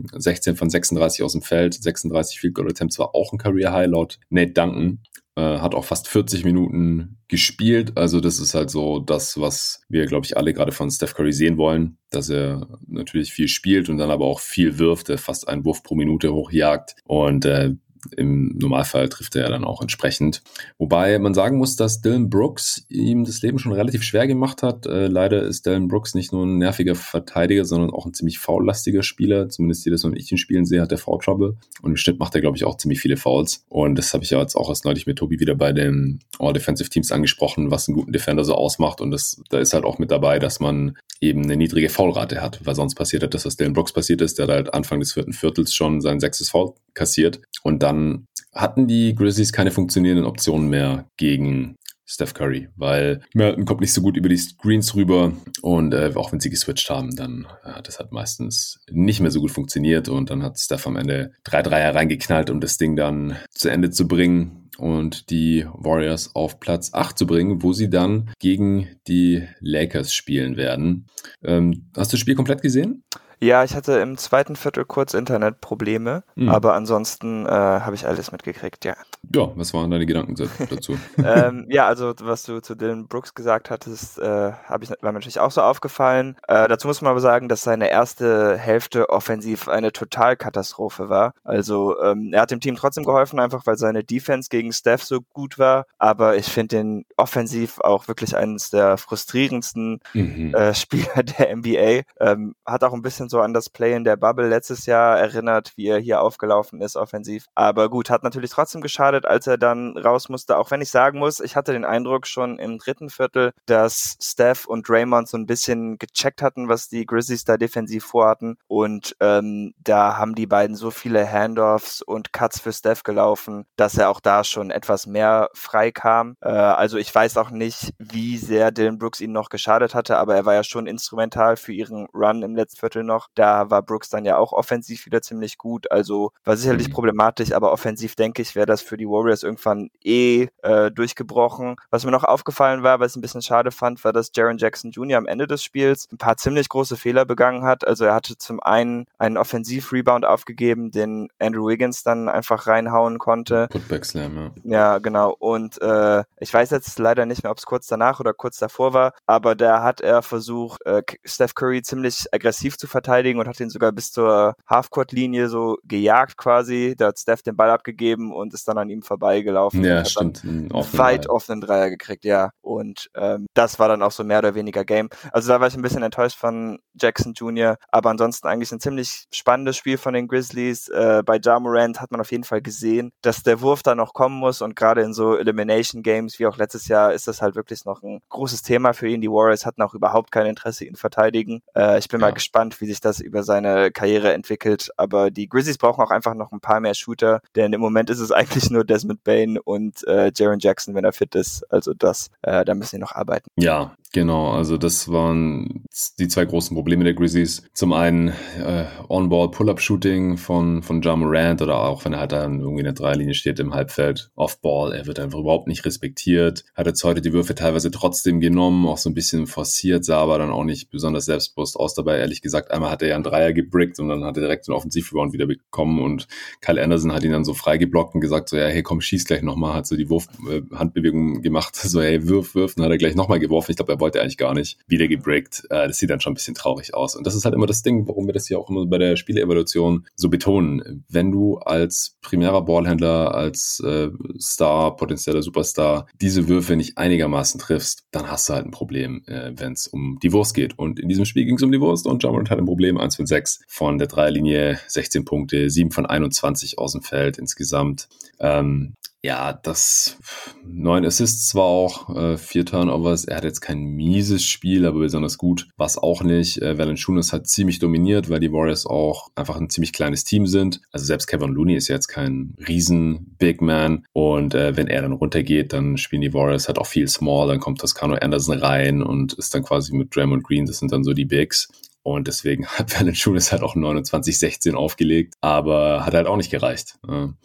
16 von 36 aus dem Feld, 36 Field Goal Attempts war auch ein Career High laut Nate Duncan. Hat auch fast 40 Minuten gespielt, also das ist halt so das, was wir, glaube ich, alle gerade von Steph Curry sehen wollen, dass er natürlich viel spielt und dann aber auch viel wirft, er fast einen Wurf pro Minute hochjagt und im Normalfall trifft er ja dann auch entsprechend. Wobei man sagen muss, dass Dillon Brooks ihm das Leben schon relativ schwer gemacht hat. Leider ist Dillon Brooks nicht nur ein nerviger Verteidiger, sondern auch ein ziemlich foul-lastiger Spieler. Zumindest jedes Mal, wenn ich ihn spielen sehe, hat er Foul-Trouble. Und im Schnitt macht er, glaube ich, auch ziemlich viele Fouls. Und das habe ich ja jetzt auch erst neulich mit Tobi wieder bei den All-Defensive-Teams angesprochen, was einen guten Defender so ausmacht. Und da ist halt auch mit dabei, dass man eben eine niedrige Foulrate hat, weil sonst passiert hat das, was Dillon Brooks passiert ist. Der hat halt Anfang des 4. Viertels schon sein 6. Foul kassiert. Und dann hatten die Grizzlies keine funktionierenden Optionen mehr gegen Steph Curry, weil Melton kommt nicht so gut über die Screens rüber und auch wenn sie geswitcht haben, dann hat das halt meistens nicht mehr so gut funktioniert und dann hat Steph am Ende 3 Dreier reingeknallt, um das Ding dann zu Ende zu bringen und die Warriors auf Platz 8 zu bringen, wo sie dann gegen die Lakers spielen werden. Hast du das Spiel komplett gesehen? Ja, ich hatte im 2. Viertel kurz Internetprobleme, aber ansonsten habe ich alles mitgekriegt, ja. Ja, was waren deine Gedanken dazu? Ja, also was du zu Dillon Brooks gesagt hattest, war mir natürlich auch so aufgefallen. Dazu muss man aber sagen, dass seine erste Hälfte offensiv eine Totalkatastrophe war. Also er hat dem Team trotzdem geholfen, einfach weil seine Defense gegen Steph so gut war, aber ich finde den offensiv auch wirklich eines der frustrierendsten Spieler der NBA. Hat auch ein bisschen so an das Play in der Bubble letztes Jahr erinnert, wie er hier aufgelaufen ist offensiv. Aber gut, hat natürlich trotzdem geschadet, als er dann raus musste. Auch wenn ich sagen muss, ich hatte den Eindruck schon im 3. Viertel, dass Steph und Draymond so ein bisschen gecheckt hatten, was die Grizzlies da defensiv vorhatten. Und da haben die beiden so viele Handoffs und Cuts für Steph gelaufen, dass er auch da schon etwas mehr frei kam. Also ich weiß auch nicht, wie sehr Dillon Brooks ihn noch geschadet hatte, aber er war ja schon instrumental für ihren Run im letzten Viertel noch. Da war Brooks dann ja auch offensiv wieder ziemlich gut, also war sicherlich problematisch, aber offensiv denke ich, wäre das für die Warriors irgendwann durchgebrochen. Was mir noch aufgefallen war, was ich ein bisschen schade fand, war, dass Jaren Jackson Jr. am Ende des Spiels ein paar ziemlich große Fehler begangen hat. Also er hatte zum einen einen Offensiv-Rebound aufgegeben, den Andrew Wiggins dann einfach reinhauen konnte. Putback Slam, ja. Ja, genau. Und ich weiß jetzt leider nicht mehr, ob es kurz danach oder kurz davor war, aber da hat er versucht, Steph Curry ziemlich aggressiv zu verteidigen und hat ihn sogar bis zur Halfcourt-Linie so gejagt quasi. Da hat Steph den Ball abgegeben und ist dann an ihm vorbeigelaufen. Ja, und stimmt. Einen weit offenen Dreier gekriegt, ja. Und das war dann auch so mehr oder weniger Game. Also da war ich ein bisschen enttäuscht von Jackson Jr., aber ansonsten eigentlich ein ziemlich spannendes Spiel von den Grizzlies. Bei Ja Morant hat man auf jeden Fall gesehen, dass der Wurf da noch kommen muss und gerade in so Elimination Games wie auch letztes Jahr ist das halt wirklich noch ein großes Thema für ihn. Die Warriors hatten auch überhaupt kein Interesse, ihn verteidigen. Ich bin mal gespannt, wie sich das über seine Karriere entwickelt, aber die Grizzlies brauchen auch einfach noch ein paar mehr Shooter, denn im Moment ist es eigentlich nur Desmond Bane und Jaren Jackson, wenn er fit ist, also da müssen die noch arbeiten. Ja, genau, also das waren die 2 großen Probleme der Grizzlies. Zum einen On-Ball Pull-Up-Shooting von Ja Morant oder auch wenn er halt dann irgendwie in der Dreierlinie steht im Halbfeld, Off-Ball, er wird einfach überhaupt nicht respektiert, hat jetzt heute die Würfe teilweise trotzdem genommen, auch so ein bisschen forciert, sah aber dann auch nicht besonders selbstbewusst aus dabei, ehrlich gesagt. Einmal hat er ja einen Dreier gebrickt und dann hat er direkt den Offensiv-Rebound wieder bekommen und Kyle Anderson hat ihn dann so freigeblockt und gesagt so, ja, hey, komm, schieß gleich nochmal, hat so die Handbewegung gemacht, so, hey, wirf, und dann hat er gleich nochmal geworfen. Ich glaube, er wollte er eigentlich gar nicht. Wieder gebrickt. Das sieht dann schon ein bisschen traurig aus. Und das ist halt immer das Ding, warum wir das ja auch immer bei der Spieleevaluation so betonen. Wenn du als primärer Ballhändler, als Star, potenzieller Superstar, diese Würfe nicht einigermaßen triffst, dann hast du halt ein Problem, wenn es um die Wurst geht. Und in diesem Spiel ging es um die Wurst und Ja Morant hat ein Problem. 1 von 6 von der Dreierlinie, 16 Punkte, 7 von 21 aus dem Feld insgesamt. Ja, das 9 Assists zwar auch, 4 Turnovers. Er hat jetzt kein mieses Spiel, aber besonders gut war es auch nicht. Valanciunas hat ziemlich dominiert, weil die Warriors auch einfach ein ziemlich kleines Team sind. Also selbst Kevin Looney ist jetzt kein riesen Big Man. Und wenn er dann runtergeht, dann spielen die Warriors halt auch viel Small. Dann kommt Toscano Anderson rein und ist dann quasi mit Draymond Green. Das sind dann so die Bigs. Und deswegen hat Valanciunas halt auch 29-16 aufgelegt, aber hat halt auch nicht gereicht.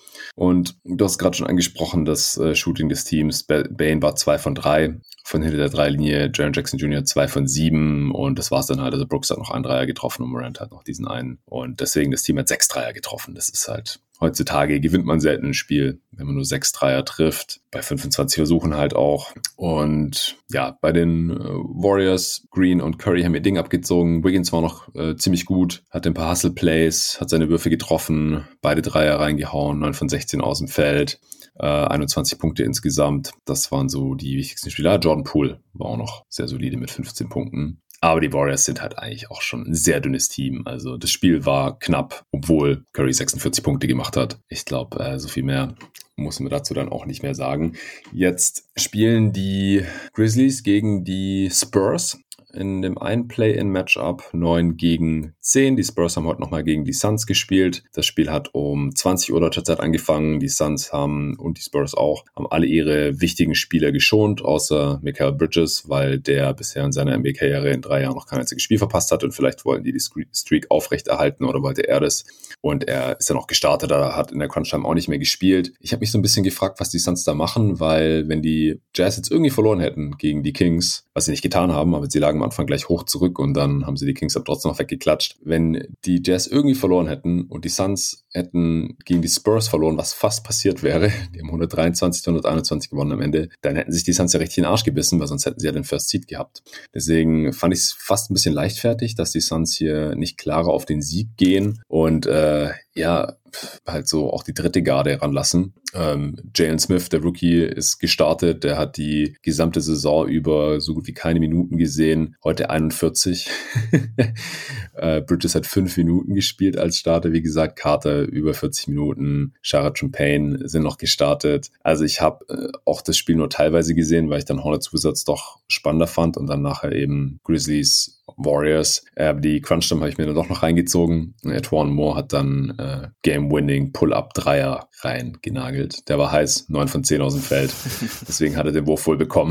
Und du hast gerade schon angesprochen, das Shooting des Teams. Bane war 2 von 3 von hinter der Dreilinie, Jaren Jackson Jr. 2 von 7 und das war's dann halt. Also Brooks hat noch einen Dreier getroffen und Morant hat noch diesen einen. Und deswegen das Team hat 6 Dreier getroffen. Das ist halt, heutzutage gewinnt man selten ein Spiel, wenn man nur 6 Dreier trifft. Bei 25 Versuchen halt auch. Und ja, bei den Warriors, Green und Curry haben ihr Ding abgezogen. Wiggins war noch ziemlich gut, hatte ein paar Hustle-Plays, hat seine Würfe getroffen, beide Dreier reingehauen, 9 von 16 aus dem Feld. 21 Punkte insgesamt. Das waren so die wichtigsten Spieler. Jordan Poole war auch noch sehr solide mit 15 Punkten. Aber die Warriors sind halt eigentlich auch schon ein sehr dünnes Team. Also das Spiel war knapp, obwohl Curry 46 Punkte gemacht hat. Ich glaube, so viel mehr muss man dazu dann auch nicht mehr sagen. Jetzt spielen die Grizzlies gegen die Spurs. In dem einen Play-in-Matchup 9 gegen 10. Die Spurs haben heute nochmal gegen die Suns gespielt. Das Spiel hat um 20 Uhr deutscher Zeit angefangen. Die Suns und die Spurs auch haben alle ihre wichtigen Spieler geschont, außer Mikal Bridges, weil der bisher in seiner NBA-Karriere in 3 Jahren noch kein einziges Spiel verpasst hat und vielleicht wollten die Streak aufrechterhalten oder wollte er das. Und er ist dann auch gestartet, er hat in der Crunch-Time auch nicht mehr gespielt. Ich habe mich so ein bisschen gefragt, was die Suns da machen, weil wenn die Jazz jetzt irgendwie verloren hätten gegen die Kings, was sie nicht getan haben, aber sie lagen am Anfang gleich hoch zurück und dann haben sie die Kings aber trotzdem noch weggeklatscht. Wenn die Jazz irgendwie verloren hätten und die Suns hätten gegen die Spurs verloren, was fast passiert wäre, die haben 123-121 gewonnen am Ende, dann hätten sich die Suns ja richtig in den Arsch gebissen, weil sonst hätten sie ja den First Seed gehabt. Deswegen fand ich es fast ein bisschen leichtfertig, dass die Suns hier nicht klarer auf den Sieg gehen und halt so auch die dritte Garde ranlassen. Jalen Smith, der Rookie, ist gestartet. Der hat die gesamte Saison über so gut wie keine Minuten gesehen. Heute 41. Bridges hat 5 Minuten gespielt als Starter. Wie gesagt, Carter über 40 Minuten. Sharad und Payne sind noch gestartet. Also ich habe auch das Spiel nur teilweise gesehen, weil ich dann Hornets Wizards doch spannender fand und dann nachher eben Grizzlies Warriors. Die Crunch-Time habe ich mir dann doch noch reingezogen. Etwan Moore hat dann Game-Winning Pull-Up-Dreier reingenagelt. Der war heiß, 9 von 10 aus dem Feld. Deswegen hat er den Wurf wohl bekommen.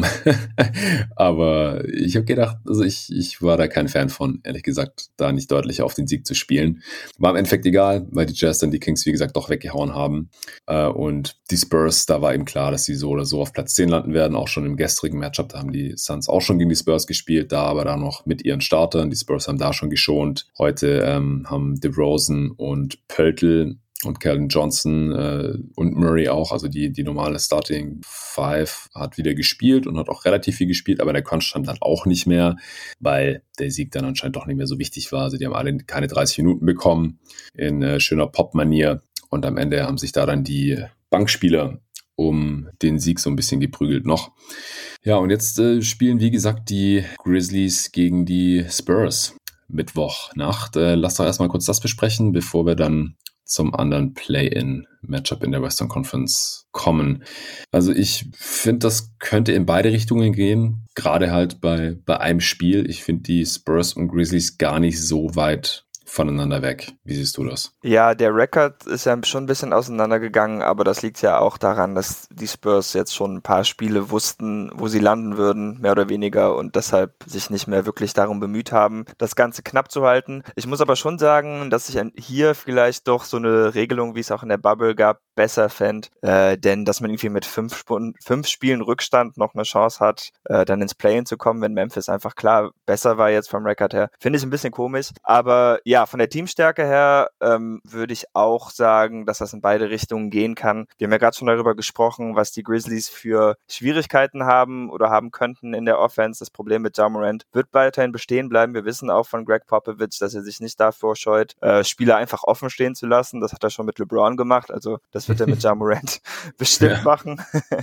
Aber ich habe gedacht, also ich war da kein Fan von, ehrlich gesagt, da nicht deutlich auf den Sieg zu spielen. War im Endeffekt egal, weil die Jazz dann die Kings, wie gesagt, doch weggehauen haben. Und die Spurs, da war eben klar, dass sie so oder so auf Platz 10 landen werden. Auch schon im gestrigen Matchup, da haben die Suns auch schon gegen die Spurs gespielt, da aber da noch mit ihren Startern. Die Spurs haben da schon geschont. Heute haben DeRozan und Pöltl und Keldon Johnson und Murray auch, also die normale Starting Five hat wieder gespielt und hat auch relativ viel gespielt, aber der Crunch stand dann auch nicht mehr, weil der Sieg dann anscheinend doch nicht mehr so wichtig war. Also die haben alle keine 30 Minuten bekommen in schöner Pop-Manier und am Ende haben sich da dann die Bankspieler um den Sieg so ein bisschen geprügelt noch. Ja, und jetzt spielen, wie gesagt, die Grizzlies gegen die Spurs Mittwochnacht. Lass doch erstmal kurz das besprechen, bevor wir dann zum anderen Play-in-Matchup in der Western Conference kommen. Also ich finde, das könnte in beide Richtungen gehen, gerade halt bei einem Spiel. Ich finde die Spurs und Grizzlies gar nicht so weit voneinander weg. Wie siehst du das? Ja, der Rekord ist ja schon ein bisschen auseinandergegangen, aber das liegt ja auch daran, dass die Spurs jetzt schon ein paar Spiele wussten, wo sie landen würden, mehr oder weniger, und deshalb sich nicht mehr wirklich darum bemüht haben, das Ganze knapp zu halten. Ich muss aber schon sagen, dass ich hier vielleicht doch so eine Regelung, wie es auch in der Bubble gab, besser fände, denn dass man irgendwie mit 5 Spielen Rückstand noch eine Chance hat, dann ins Play-in zu kommen, wenn Memphis einfach klar besser war jetzt vom Rekord her, finde ich ein bisschen komisch, aber ja, ja, von der Teamstärke her würde ich auch sagen, dass das in beide Richtungen gehen kann. Wir haben ja gerade schon darüber gesprochen, was die Grizzlies für Schwierigkeiten haben oder haben könnten in der Offense. Das Problem mit Ja Morant wird weiterhin bestehen bleiben. Wir wissen auch von Greg Popovich, dass er sich nicht davor scheut, Spieler einfach offen stehen zu lassen. Das hat er schon mit LeBron gemacht. Also das wird er mit Ja Morant bestimmt machen.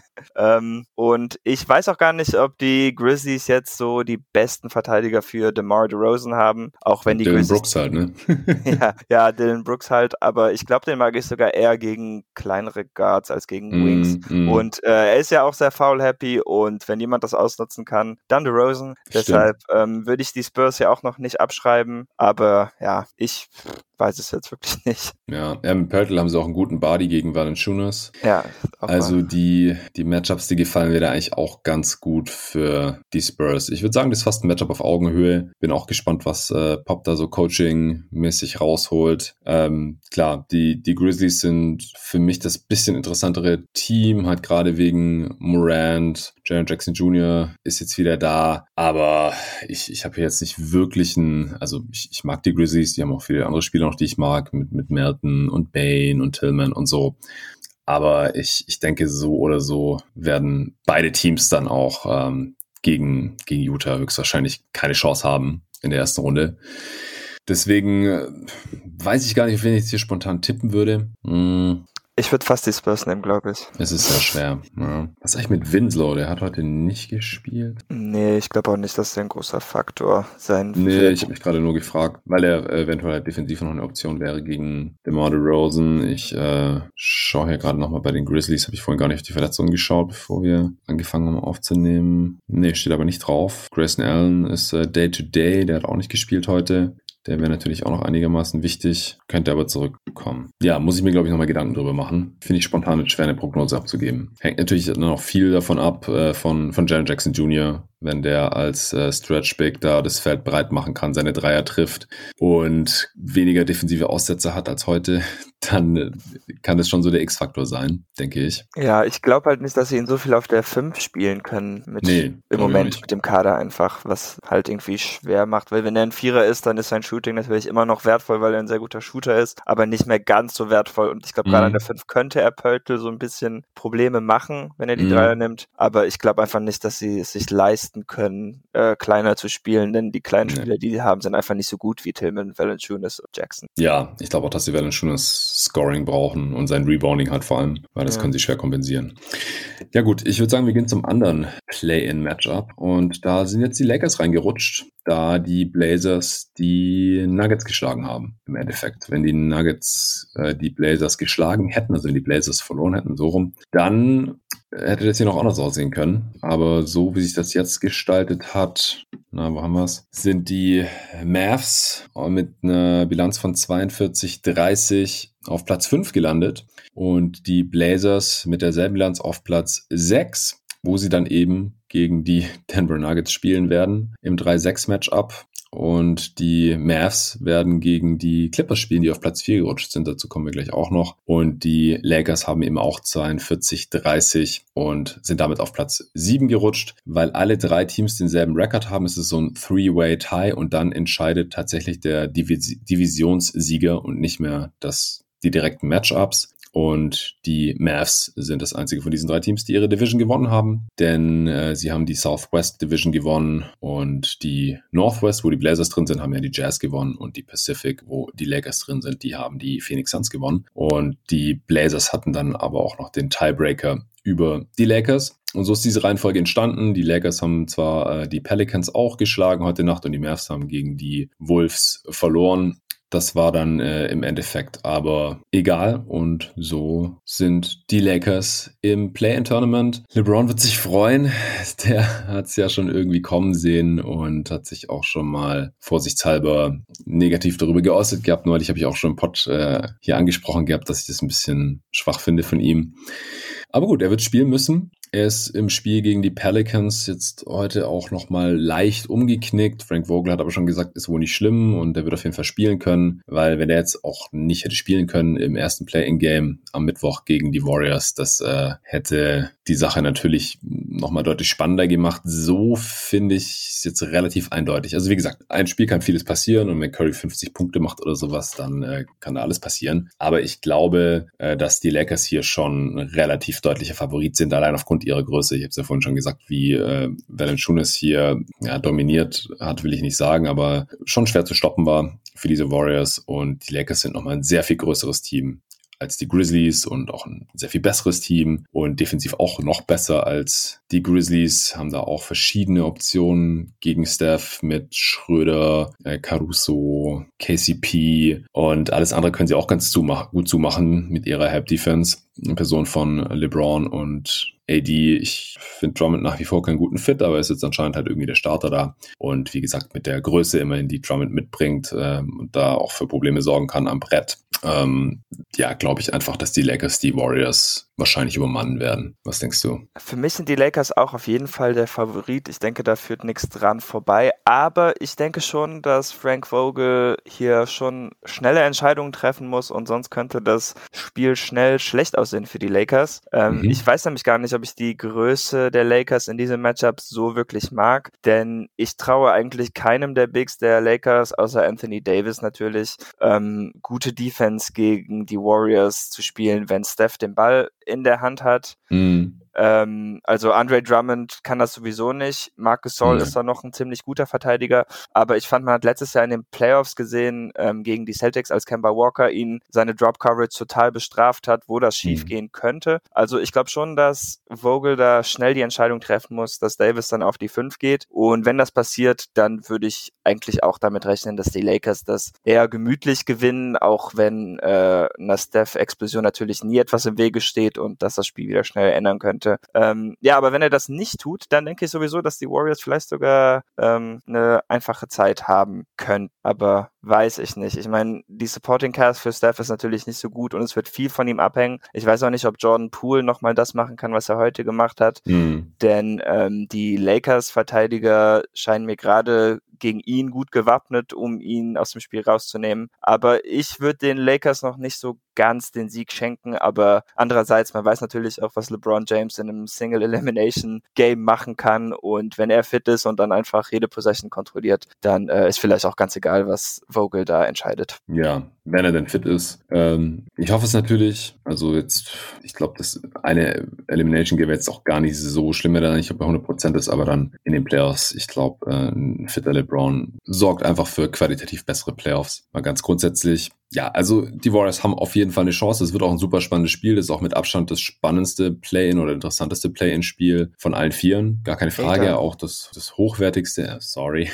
Und ich weiß auch gar nicht, ob die Grizzlies jetzt so die besten Verteidiger für DeMar DeRozan haben. Auch wenn die Dylan Grizzlies... Brooks halt, ne? ja, Dylan Brooks halt. Aber ich glaube, den mag ich sogar eher gegen kleinere Guards als gegen Wings. Und er ist ja auch sehr foul-happy. Und wenn jemand das ausnutzen kann, dann DeRozan. Deshalb würde ich die Spurs ja auch noch nicht abschreiben. Aber ja, ich weiß es jetzt wirklich nicht. Ja, mit Poeltl haben sie auch einen guten Body gegen Valanciunas. Ja. Also die Matchups, die gefallen mir da eigentlich auch ganz gut für die Spurs. Ich würde sagen, das ist fast ein Matchup auf Augenhöhe. Bin auch gespannt, was Pop da so coaching-mäßig rausholt. Klar, die Grizzlies sind für mich das bisschen interessantere Team, halt gerade wegen Morant. Jaren Jackson Jr. ist jetzt wieder da, aber ich habe jetzt nicht wirklich ich mag die Grizzlies, die haben auch viele andere Spieler noch, die ich mag, mit Melton und Bane und Tillman und so. Aber ich denke, so oder so werden beide Teams dann auch gegen Utah höchstwahrscheinlich keine Chance haben in der ersten Runde. Deswegen weiß ich gar nicht, auf wen ich jetzt hier spontan tippen würde. Ich würde fast die Spurs nehmen, glaube ich. Es ist sehr schwer. Ja. Was ist eigentlich mit Winslow? Der hat heute nicht gespielt. Nee, ich glaube auch nicht, dass der ein großer Faktor sein wird. Nee, ich habe mich gerade nur gefragt, weil er eventuell halt defensiv noch eine Option wäre gegen DeMar DeRozan. Ich schaue hier gerade nochmal bei den Grizzlies. Habe ich vorhin gar nicht auf die Verletzungen geschaut, bevor wir angefangen haben aufzunehmen. Nee, steht aber nicht drauf. Grayson Allen ist Day-to-Day. Der hat auch nicht gespielt heute. Der wäre natürlich auch noch einigermaßen wichtig, könnte aber zurückkommen. Ja, muss ich mir, glaube ich, nochmal Gedanken drüber machen. Finde ich spontan nicht schwer, eine Prognose abzugeben. Hängt natürlich noch viel davon ab, von Jaren Jackson Jr., wenn der als Stretch Big da das Feld breit machen kann, seine Dreier trifft und weniger defensive Aussetzer hat als heute, dann kann das schon so der X-Faktor sein, denke ich. Ja, ich glaube halt nicht, dass sie ihn so viel auf der 5 spielen können im Moment mit dem Kader einfach, was halt irgendwie schwer macht, weil wenn er ein Vierer ist, dann ist sein Shooting natürlich immer noch wertvoll, weil er ein sehr guter Shooter ist, aber nicht mehr ganz so wertvoll und ich glaube gerade an der 5 könnte er Poeltl so ein bisschen Probleme machen, wenn er die Dreier nimmt, aber ich glaube einfach nicht, dass sie es sich leisten können, kleiner zu spielen, denn die kleinen Spieler, die haben, sind einfach nicht so gut wie Tillman, Valanciunas und Jackson. Ja, ich glaube auch, dass sie Valanciunas Scoring brauchen und sein Rebounding halt vor allem, weil das können sie schwer kompensieren. Ja gut, ich würde sagen, wir gehen zum anderen Play-in-Matchup und da sind jetzt die Lakers reingerutscht, da die Blazers die Nuggets geschlagen haben, im Endeffekt. Wenn die Nuggets die Blazers geschlagen hätten, also wenn die Blazers verloren hätten, so rum, dann hätte das hier noch anders aussehen können. Aber so wie sich das jetzt gestaltet hat, wo haben wir es? Sind die Mavs mit einer Bilanz von 42-30 auf Platz 5 gelandet und die Blazers mit derselben Bilanz auf Platz 6, wo sie dann eben gegen die Denver Nuggets spielen werden im 3-6-Matchup. Und die Mavs werden gegen die Clippers spielen, die auf Platz 4 gerutscht sind. Dazu kommen wir gleich auch noch. Und die Lakers haben eben auch 42-30 und sind damit auf Platz 7 gerutscht. Weil alle drei Teams denselben Rekord haben, ist es so ein Three-Way-Tie und dann entscheidet tatsächlich der Divisionssieger und nicht mehr die direkten Matchups. Und die Mavs sind das einzige von diesen drei Teams, die ihre Division gewonnen haben, denn sie haben die Southwest Division gewonnen und die Northwest, wo die Blazers drin sind, haben ja die Jazz gewonnen und die Pacific, wo die Lakers drin sind, die haben die Phoenix Suns gewonnen. Und die Blazers hatten dann aber auch noch den Tiebreaker über die Lakers. Und so ist diese Reihenfolge entstanden. Die Lakers haben zwar die Pelicans auch geschlagen heute Nacht und die Mavs haben gegen die Wolves verloren. Das war dann im Endeffekt aber egal und so sind die Lakers im Play-in-Tournament. LeBron wird sich freuen, der hat es ja schon irgendwie kommen sehen und hat sich auch schon mal vorsichtshalber negativ darüber geäußert gehabt. Neulich habe ich auch schon im Pod hier angesprochen gehabt, dass ich das ein bisschen schwach finde von ihm. Aber gut, er wird spielen müssen Er ist im Spiel gegen die Pelicans jetzt heute auch nochmal leicht umgeknickt. Frank Vogel hat aber schon gesagt, ist wohl nicht schlimm und er wird auf jeden Fall spielen können, weil wenn er jetzt auch nicht hätte spielen können im ersten Play-in-Game am Mittwoch gegen die Warriors, das hätte die Sache natürlich nochmal deutlich spannender gemacht. So finde ich es jetzt relativ eindeutig. Also wie gesagt, ein Spiel kann vieles passieren und wenn Curry 50 Punkte macht oder sowas, dann kann da alles passieren. Aber ich glaube, dass die Lakers hier schon ein relativ deutlicher Favorit sind, allein aufgrund ihrer Größe. Ich habe es ja vorhin schon gesagt, wie Valanciunas hier dominiert hat, will ich nicht sagen, aber schon schwer zu stoppen war für diese Warriors und die Lakers sind nochmal ein sehr viel größeres Team als die Grizzlies und auch ein sehr viel besseres Team und defensiv auch noch besser als die Grizzlies, haben da auch verschiedene Optionen gegen Steph mit Schröder, Caruso, KCP und alles andere können sie auch ganz gut zumachen mit ihrer Help-Defense in Person von LeBron und AD. Ich finde Drummond nach wie vor keinen guten Fit, aber er ist jetzt anscheinend halt irgendwie der Starter da. Und wie gesagt, mit der Größe immerhin, die Drummond mitbringt und da auch für Probleme sorgen kann am Brett, glaube ich einfach, dass die Lakers die Warriors wahrscheinlich übermannen werden. Was denkst du? Für mich sind die Lakers auch auf jeden Fall der Favorit. Ich denke, da führt nichts dran vorbei. Aber ich denke schon, dass Frank Vogel hier schon schnelle Entscheidungen treffen muss und sonst könnte das Spiel schnell schlecht aussehen für die Lakers. Ich weiß nämlich gar nicht, ob ich die Größe der Lakers in diesem Matchup so wirklich mag, denn ich traue eigentlich keinem der Bigs der Lakers, außer Anthony Davis natürlich, gute Defense gegen die Warriors zu spielen, wenn Steph den Ball in der Hand hat. Also Andre Drummond kann das sowieso nicht. Marc Gasol ist da noch ein ziemlich guter Verteidiger, aber ich fand, man hat letztes Jahr in den Playoffs gesehen, gegen die Celtics, als Kemba Walker ihn seine Drop-Coverage total bestraft hat, wo das schief gehen könnte. Also ich glaube schon, dass Vogel da schnell die Entscheidung treffen muss, dass Davis dann auf die 5 geht und wenn das passiert, dann würde ich eigentlich auch damit rechnen, dass die Lakers das eher gemütlich gewinnen, auch wenn einer Steph-Explosion natürlich nie etwas im Wege steht und dass das Spiel wieder schnell ändern könnte. Aber wenn er das nicht tut, dann denke ich sowieso, dass die Warriors vielleicht sogar eine einfache Zeit haben können. Aber weiß ich nicht. Ich meine, die Supporting Cast für Steph ist natürlich nicht so gut und es wird viel von ihm abhängen. Ich weiß auch nicht, ob Jordan Poole nochmal das machen kann, was er heute gemacht hat. Denn die Lakers-Verteidiger scheinen mir gerade gegen ihn gut gewappnet, um ihn aus dem Spiel rauszunehmen. Aber ich würde den Lakers noch nicht so ganz den Sieg schenken, aber andererseits, man weiß natürlich auch, was LeBron James in einem Single-Elimination-Game machen kann und wenn er fit ist und dann einfach jede Possession kontrolliert, dann ist vielleicht auch ganz egal, was Vogel da entscheidet. Ja, wenn er denn fit ist. Ich hoffe es natürlich. Also jetzt, ich glaube, das eine Elimination-Game wäre jetzt auch gar nicht so schlimm, wenn er nicht bei 100% ist, aber dann in den Playoffs, ich glaube, ein fitter LeBron sorgt einfach für qualitativ bessere Playoffs. Mal ganz grundsätzlich. Ja, also die Warriors haben auf jeden Fall eine Chance. Es wird auch ein super spannendes Spiel. Das ist auch mit Abstand das spannendste Play-in oder interessanteste Play-in-Spiel von allen Vieren. Gar keine Frage. Auch das hochwertigste. Sorry.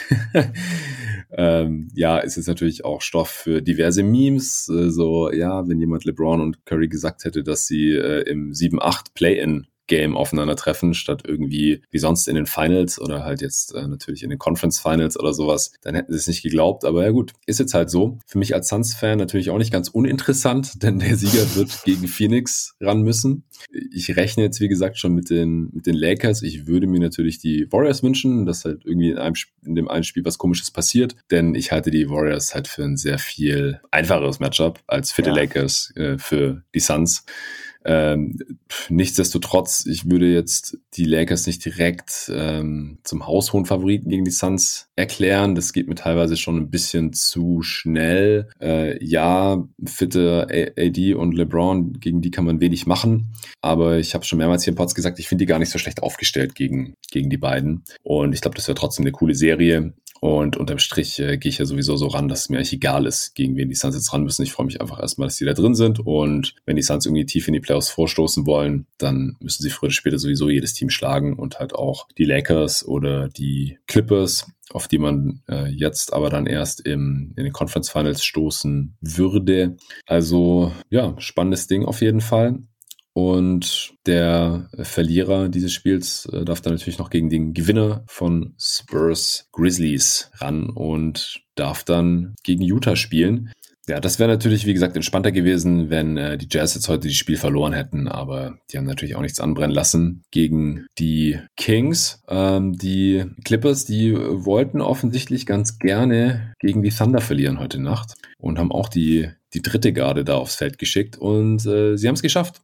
Ist jetzt natürlich auch Stoff für diverse Memes. Wenn jemand LeBron und Curry gesagt hätte, dass sie im 7-8 Play-in Game aufeinandertreffen, statt irgendwie wie sonst in den Finals oder halt jetzt natürlich in den Conference Finals oder sowas, dann hätten sie es nicht geglaubt, aber ja gut, ist jetzt halt so. Für mich als Suns-Fan natürlich auch nicht ganz uninteressant, denn der Sieger wird gegen Phoenix ran müssen. Ich rechne jetzt, wie gesagt, schon mit den Lakers. Ich würde mir natürlich die Warriors wünschen, dass halt irgendwie in dem einen Spiel was Komisches passiert, denn ich halte die Warriors halt für ein sehr viel einfacheres Matchup als für die Lakers für die Suns. Nichtsdestotrotz, ich würde jetzt die Lakers nicht direkt zum haushohen Favoriten gegen die Suns erklären. Das geht mir teilweise schon ein bisschen zu schnell. Fitte AD und LeBron, gegen die kann man wenig machen. Aber ich habe schon mehrmals hier im Podcast gesagt, ich finde die gar nicht so schlecht aufgestellt gegen die beiden. Und ich glaube, das wäre trotzdem eine coole Serie. Und unterm Strich gehe ich ja sowieso so ran, dass es mir eigentlich egal ist, gegen wen die Suns jetzt ran müssen. Ich freue mich einfach erstmal, dass die da drin sind. Und wenn die Suns irgendwie tief in die Playoffs vorstoßen wollen, dann müssen sie früher oder später sowieso jedes Team schlagen und halt auch die Lakers oder die Clippers, auf die man jetzt aber dann erst in den Conference Finals stoßen würde. Also ja, spannendes Ding auf jeden Fall. Und der Verlierer dieses Spiels darf dann natürlich noch gegen den Gewinner von Spurs Grizzlies ran und darf dann gegen Utah spielen. Ja, das wäre natürlich, wie gesagt, entspannter gewesen, wenn die Jazz jetzt heute das Spiel verloren hätten, aber die haben natürlich auch nichts anbrennen lassen gegen die Kings. Die Clippers, die wollten offensichtlich ganz gerne gegen die Thunder verlieren heute Nacht und haben auch die dritte Garde da aufs Feld geschickt und sie haben es geschafft.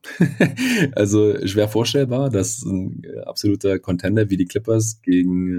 Also schwer vorstellbar, dass ein absoluter Contender wie die Clippers gegen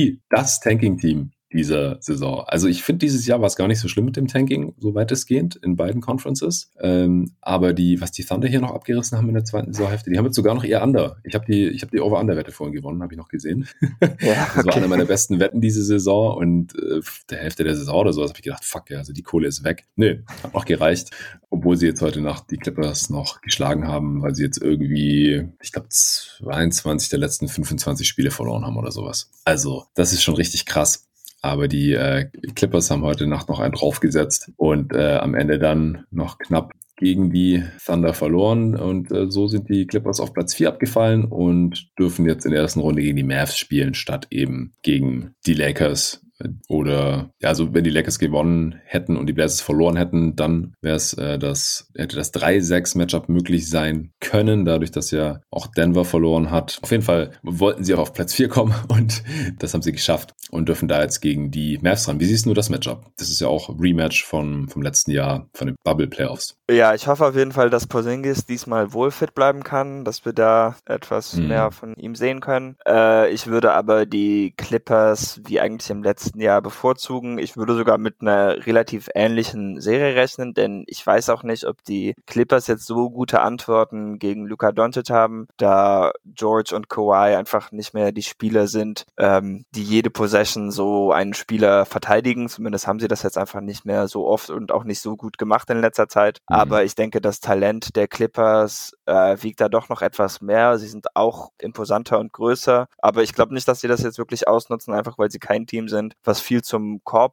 das Tanking-Team dieser Saison. Also ich finde, dieses Jahr war es gar nicht so schlimm mit dem Tanking, so weitestgehend in beiden Conferences. Aber was die Thunder hier noch abgerissen haben in der zweiten Saisonhälfte, die haben jetzt sogar noch eher Under. Ich habe die Over-Under-Wette vorhin gewonnen, habe ich noch gesehen. Ja, okay. Das war eine meiner besten Wetten diese Saison und der Hälfte der Saison oder sowas habe ich gedacht, fuck, ja, also die Kohle ist weg. Nö, hat noch gereicht. Obwohl sie jetzt heute Nacht die Clippers noch geschlagen haben, weil sie jetzt irgendwie, ich glaube, 22 der letzten 25 Spiele verloren haben oder sowas. Also das ist schon richtig krass. Aber die Clippers haben heute Nacht noch einen draufgesetzt und am Ende dann noch knapp gegen die Thunder verloren. Und so sind die Clippers auf Platz 4 abgefallen und dürfen jetzt in der ersten Runde gegen die Mavs spielen, statt eben gegen die Lakers. Oder, ja, also wenn die Lakers gewonnen hätten und die Blazers verloren hätten, dann wäre es hätte das 3-6-Matchup möglich sein können, dadurch, dass ja auch Denver verloren hat. Auf jeden Fall wollten sie auch auf Platz 4 kommen und das haben sie geschafft und dürfen da jetzt gegen die Mavs ran. Wie siehst du das Matchup? Das ist ja auch Rematch vom letzten Jahr, von den Bubble Playoffs. Ja, ich hoffe auf jeden Fall, dass Porzingis diesmal wohl fit bleiben kann, dass wir da etwas mehr von ihm sehen können. Ich würde aber die Clippers wie eigentlich im letzten Jahr bevorzugen. Ich würde sogar mit einer relativ ähnlichen Serie rechnen, denn ich weiß auch nicht, ob die Clippers jetzt so gute Antworten gegen Luka Doncic haben, da George und Kawhi einfach nicht mehr die Spieler sind, die jede Possession so einen Spieler verteidigen. Zumindest haben sie das jetzt einfach nicht mehr so oft und auch nicht so gut gemacht in letzter Zeit. Aber ich denke, das Talent der Clippers wiegt da doch noch etwas mehr. Sie sind auch imposanter und größer, aber ich glaube nicht, dass sie das jetzt wirklich ausnutzen, einfach weil sie kein Team sind, was viel zum Korb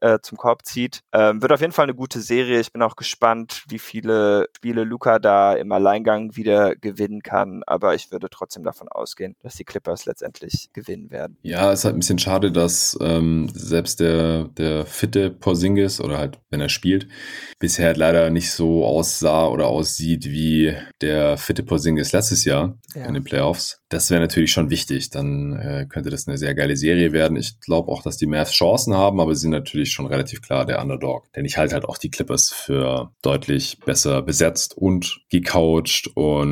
zieht. Wird auf jeden Fall eine gute Serie. Ich bin auch gespannt, wie viele Spiele Luka da im Alleingang wieder gewinnen kann, aber ich würde trotzdem davon ausgehen, dass die Clippers letztendlich gewinnen werden. Ja, es ist halt ein bisschen schade, dass selbst der fitte Porzingis oder halt, wenn er spielt, bisher halt leider nicht so aussah oder aussieht wie der fitte Porzingis letztes Jahr in den Playoffs. Das wäre natürlich schon wichtig. Dann könnte das eine sehr geile Serie werden. Ich glaube auch, dass die Mavs Chancen haben, aber sie sind natürlich schon relativ klar der Underdog. Denn ich halte halt auch die Clippers für deutlich besser besetzt und gecoacht.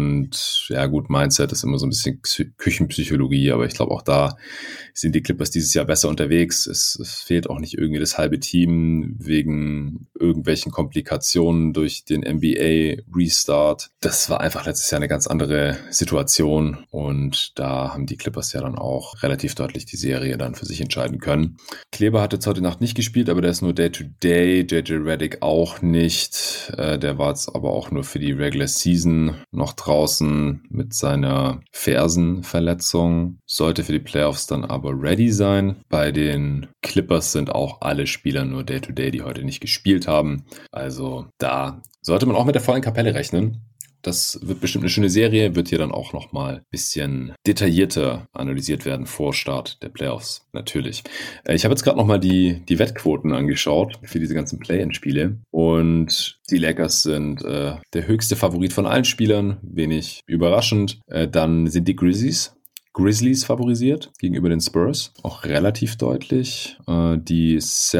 Und ja gut, Mindset ist immer so ein bisschen Küchenpsychologie, aber ich glaube auch da sind die Clippers dieses Jahr besser unterwegs. Es fehlt auch nicht irgendwie das halbe Team wegen irgendwelchen Komplikationen durch den NBA-Restart. Das war einfach letztes Jahr eine ganz andere Situation und da haben die Clippers ja dann auch relativ deutlich die Serie dann für sich entscheiden können. Kleber hat jetzt heute Nacht nicht gespielt, aber der ist nur Day-to-Day. JJ Redick auch nicht. Der war jetzt aber auch nur für die Regular Season noch draußen mit seiner Fersenverletzung. Sollte für die Playoffs dann aber ready sein. Bei den Clippers sind auch alle Spieler nur Day-to-Day, die heute nicht gespielt haben. Also da sollte man auch mit der vollen Kapelle rechnen. Das wird bestimmt eine schöne Serie, wird hier dann auch nochmal ein bisschen detaillierter analysiert werden vor Start der Playoffs, natürlich. Ich habe jetzt gerade nochmal die Wettquoten angeschaut für diese ganzen Play-in-Spiele und die Lakers sind der höchste Favorit von allen Spielern, wenig überraschend. Dann sind die Grizzlies favorisiert gegenüber den Spurs, auch relativ deutlich. Die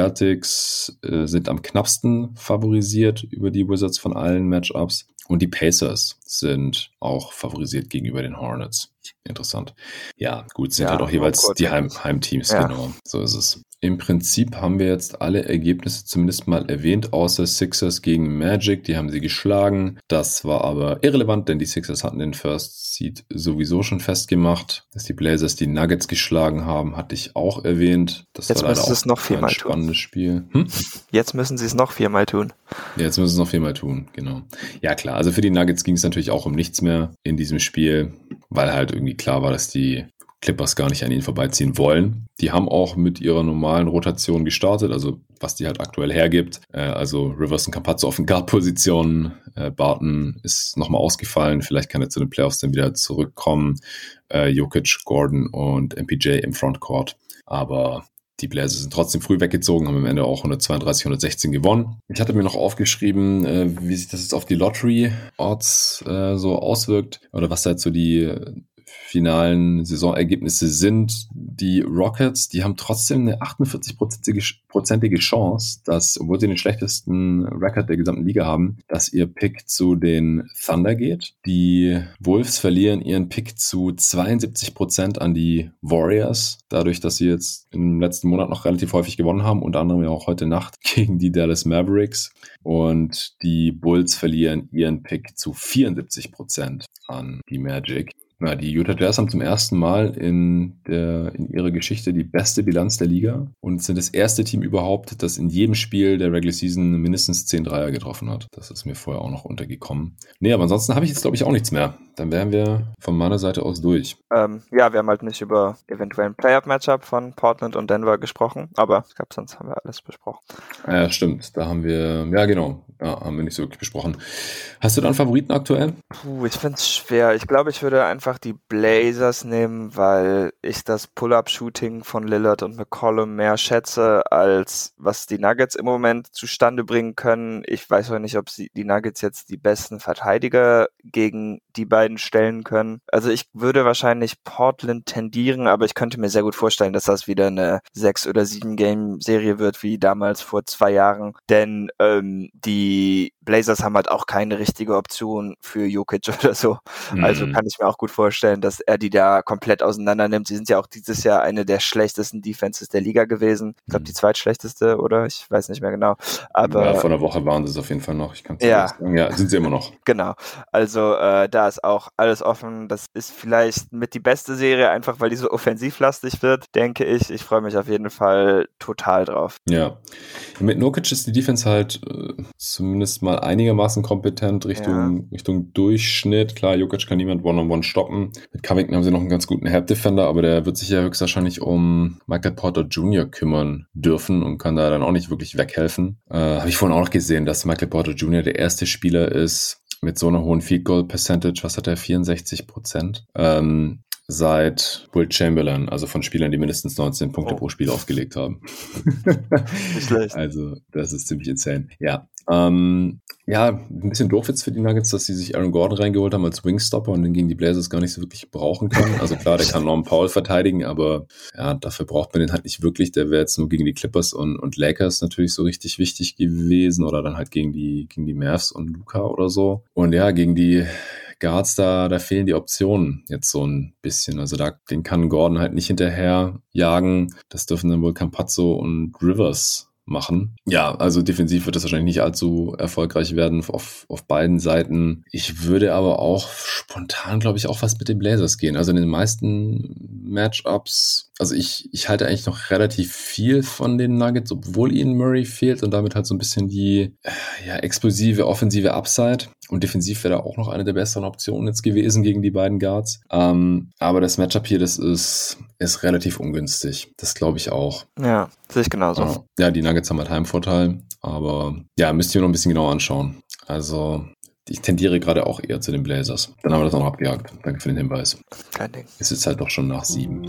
Celtics sind am knappsten favorisiert über die Wizards von allen Matchups. Und die Pacers sind auch favorisiert gegenüber den Hornets. Interessant. Ja, gut, sind halt auch jeweils die Heimteams, genau. So ist es. Im Prinzip haben wir jetzt alle Ergebnisse zumindest mal erwähnt, außer Sixers gegen Magic. Die haben sie geschlagen. Das war aber irrelevant, denn die Sixers hatten den First Seed sowieso schon festgemacht. Dass die Blazers die Nuggets geschlagen haben, hatte ich auch erwähnt. Das jetzt war leider auch noch ein spannendes Spiel. Jetzt müssen sie es noch 4-mal tun. Ja, jetzt müssen sie es noch 4-mal tun, genau. Ja klar, also für die Nuggets ging es natürlich auch um nichts mehr in diesem Spiel, weil halt irgendwie klar war, dass die Clippers gar nicht an ihnen vorbeiziehen wollen. Die haben auch mit ihrer normalen Rotation gestartet, also was die halt aktuell hergibt. Also Rivers und Campazzo auf den Guard-Positionen. Barton ist nochmal ausgefallen. Vielleicht kann er zu den Playoffs dann wieder zurückkommen. Jokic, Gordon und MPJ im Frontcourt. Aber die Blazers sind trotzdem früh weggezogen, haben am Ende auch 132-116 gewonnen. Ich hatte mir noch aufgeschrieben, wie sich das jetzt auf die Lottery-Odds so auswirkt oder was da jetzt so die finalen Saisonergebnisse sind. Die Rockets, die haben trotzdem eine 48-prozentige Chance, dass, obwohl sie den schlechtesten Rekord der gesamten Liga haben, dass ihr Pick zu den Thunder geht. Die Wolves verlieren ihren Pick zu 72% an die Warriors, dadurch, dass sie jetzt im letzten Monat noch relativ häufig gewonnen haben, unter anderem ja auch heute Nacht gegen die Dallas Mavericks. Und die Bulls verlieren ihren Pick zu 74% an die Magic. Ja, die Utah Jazz haben zum ersten Mal in ihrer Geschichte die beste Bilanz der Liga und sind das erste Team überhaupt, das in jedem Spiel der Regular Season mindestens 10 Dreier getroffen hat. Das ist mir vorher auch noch untergekommen. Nee, aber ansonsten habe ich jetzt, glaube ich, auch nichts mehr. Dann wären wir von meiner Seite aus durch. Ja, wir haben halt nicht über eventuell ein Play-Up-Matchup von Portland und Denver gesprochen, aber ich glaube, sonst haben wir alles besprochen. Ja, stimmt. Da haben wir, ja genau, haben wir nicht so wirklich besprochen. Hast du da einen Favoriten aktuell? Ich finde es schwer. Ich glaube, ich würde einfach die Blazers nehmen, weil ich das Pull-Up-Shooting von Lillard und McCollum mehr schätze, als was die Nuggets im Moment zustande bringen können. Ich weiß auch nicht, ob die Nuggets jetzt die besten Verteidiger gegen die beiden stellen können. Also ich würde wahrscheinlich Portland tendieren, aber ich könnte mir sehr gut vorstellen, dass das wieder eine 6- oder 7-Game-Serie wird, wie damals vor 2 Jahren. Denn die Blazers haben halt auch keine richtige Option für Jokic oder so. Also kann ich mir auch gut vorstellen, dass er die da komplett auseinander nimmt. Sie sind ja auch dieses Jahr eine der schlechtesten Defenses der Liga gewesen. Ich glaube, die zweitschlechteste, oder? Ich weiß nicht mehr genau. Aber ja, vor einer Woche waren sie es auf jeden Fall noch. Ich kann es nicht sagen. Ja, sind sie immer noch. Genau. Also da ist auch alles offen. Das ist vielleicht mit die beste Serie, einfach weil die so offensivlastig wird, denke ich. Ich freue mich auf jeden Fall total drauf. Ja. Mit Nurkic ist die Defense halt zumindest mal einigermaßen kompetent Richtung Durchschnitt. Klar, Jokic kann niemand One-on-One stoppen. Mit Covington haben sie noch einen ganz guten Help-Defender, aber der wird sich ja höchstwahrscheinlich um Michael Porter Jr. kümmern dürfen und kann da dann auch nicht wirklich weghelfen. Habe ich vorhin auch noch gesehen, dass Michael Porter Jr. der erste Spieler ist mit so einer hohen Field-Goal-Percentage. Was hat er? 64%. Seit Will Chamberlain, also von Spielern, die mindestens 19 Punkte pro Spiel aufgelegt haben. Nicht schlecht. Also, das ist ziemlich insane. Ja. Ja, ein bisschen doof jetzt für die Nuggets, dass sie sich Aaron Gordon reingeholt haben als Wingstopper und den gegen die Blazers gar nicht so wirklich brauchen können. Also klar, der kann Norman Powell verteidigen, aber ja, dafür braucht man den halt nicht wirklich. Der wäre jetzt nur gegen die Clippers und Lakers natürlich so richtig wichtig gewesen oder dann halt gegen die Mavs und Luka oder so. Und ja, gegen die Guards, da fehlen die Optionen jetzt so ein bisschen. Also den kann Gordon halt nicht hinterher jagen. Das dürfen dann wohl Campazzo und Rivers machen. Ja, also defensiv wird das wahrscheinlich nicht allzu erfolgreich werden auf beiden Seiten. Ich würde aber auch spontan, glaube ich, auch was mit den Blazers gehen. Also in den meisten Matchups, also ich halte eigentlich noch relativ viel von den Nuggets, obwohl ihnen Murray fehlt und damit halt so ein bisschen die explosive, offensive Upside. Und defensiv wäre da auch noch eine der besseren Optionen jetzt gewesen gegen die beiden Guards. Aber das Matchup hier, das ist relativ ungünstig. Das glaube ich auch. Ja, sehe ich genauso. Ja, die Nuggets haben halt Heimvorteil. Aber ja, müsst ihr noch ein bisschen genauer anschauen. Also ich tendiere gerade auch eher zu den Blazers. Dann haben wir das auch noch abgehakt. Danke für den Hinweis. Kein Ding. Es ist halt doch schon nach 7.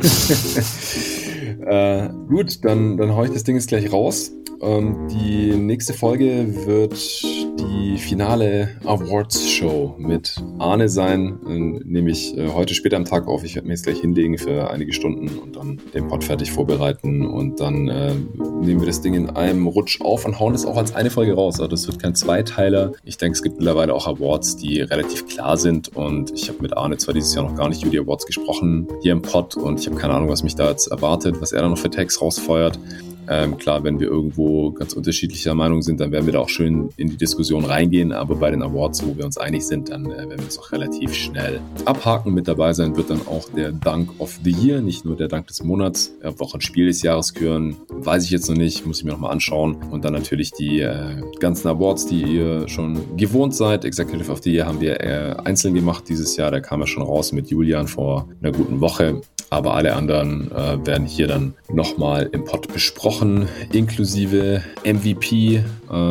Gut, dann hau ich das Ding jetzt gleich raus. Die nächste Folge wird die finale Awards-Show mit Arne sein. Nehme ich heute später am Tag auf. Ich werde mir jetzt gleich hinlegen für einige Stunden und dann den Pod fertig vorbereiten. Und dann nehmen wir das Ding in einem Rutsch auf und hauen das auch als eine Folge raus. Also das wird kein Zweiteiler. Ich denke, es gibt mittlerweile auch Awards, die relativ klar sind. Und ich habe mit Arne zwar dieses Jahr noch gar nicht über die Awards gesprochen hier im Pod. Und ich habe keine Ahnung, was mich da jetzt erwartet, was er da noch für Tags rausfeuert. Klar, wenn wir irgendwo ganz unterschiedlicher Meinung sind, dann werden wir da auch schön in die Diskussion reingehen, aber bei den Awards, wo wir uns einig sind, dann werden wir es auch relativ schnell abhaken. Mit dabei sein wird dann auch der Dunk of the Year, nicht nur der Dunk des Monats. Ob wir auch ein Spiel des Jahres küren, weiß ich jetzt noch nicht, muss ich mir noch mal anschauen. Und dann natürlich die ganzen Awards, die ihr schon gewohnt seid. Executive of the Year haben wir einzeln gemacht dieses Jahr, der kam ja schon raus mit Julian vor einer guten Woche. Aber alle anderen werden hier dann nochmal im Pod besprochen, inklusive MVP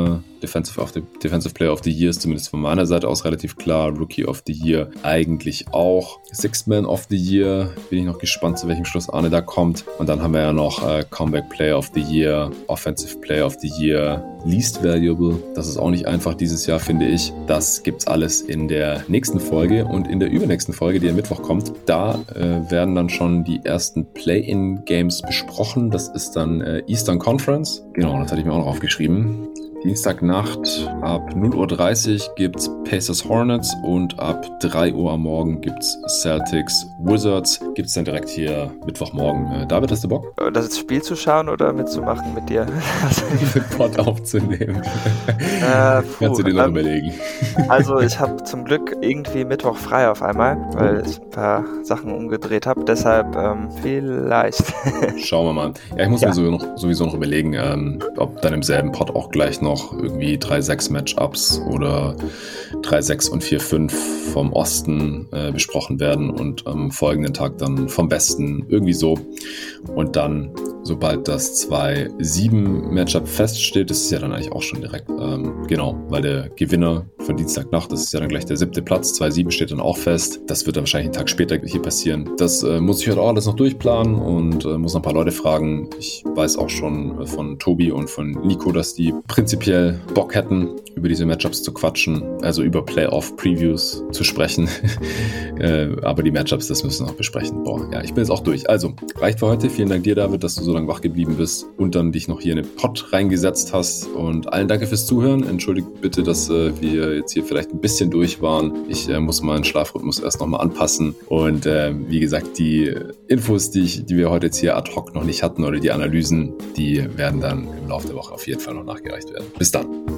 Defensive Player of the Year ist zumindest von meiner Seite aus relativ klar. Rookie of the Year eigentlich auch. Sixth Man of the Year, bin ich noch gespannt, zu welchem Schluss Arne da kommt. Und dann haben wir ja noch Comeback Player of the Year, Offensive Player of the Year, Least Valuable. Das ist auch nicht einfach dieses Jahr, finde ich. Das gibt's alles in der nächsten Folge und in der übernächsten Folge, die am Mittwoch kommt. Da werden dann schon die ersten Play-in-Games besprochen. Das ist dann Eastern Conference. Genau, das hatte ich mir auch noch aufgeschrieben. Dienstagnacht ab 0:30 Uhr gibt's Pacers Hornets und ab 3 Uhr am Morgen gibt's Celtics Wizards. Gibt's dann direkt hier Mittwochmorgen. David, hast du Bock? Das Spiel zu schauen oder mitzumachen mit dir? Den Pod aufzunehmen. Kannst du dir noch überlegen. Also ich habe zum Glück irgendwie Mittwoch frei auf einmal, weil ich ein paar Sachen umgedreht habe. Deshalb vielleicht. Schauen wir mal. Ja, ich muss mir sowieso noch überlegen, ob dann im selben Pod auch gleich noch irgendwie 3-6 Matchups oder 3-6 und 4-5 vom Osten besprochen werden und am folgenden Tag dann vom Westen irgendwie so. Und dann, sobald das 2-7 Matchup feststeht, das ist ja dann eigentlich auch schon direkt, genau, weil der Gewinner von Dienstagnacht, das ist ja dann gleich der 7. Platz, 2-7 steht dann auch fest. Das wird dann wahrscheinlich einen Tag später hier passieren. Das muss ich heute auch alles noch durchplanen und muss noch ein paar Leute fragen. Ich weiß auch schon von Tobi und von Nico, dass die prinzipiell Bock hätten, über diese Matchups zu quatschen, also über Playoff-Previews zu sprechen. Aber die Matchups, das müssen wir noch besprechen. Boah, ja, ich bin jetzt auch durch. Also, reicht für heute. Vielen Dank dir, David, dass du so lange wach geblieben bist und dann dich noch hier in den Pod reingesetzt hast. Und allen danke fürs Zuhören. Entschuldigt bitte, dass wir jetzt hier vielleicht ein bisschen durch waren. Ich muss meinen Schlafrhythmus erst nochmal anpassen. Und wie gesagt, die Infos, die wir heute jetzt hier ad hoc noch nicht hatten oder die Analysen, die werden dann im Laufe der Woche auf jeden Fall noch nachgereicht werden. Bis dann.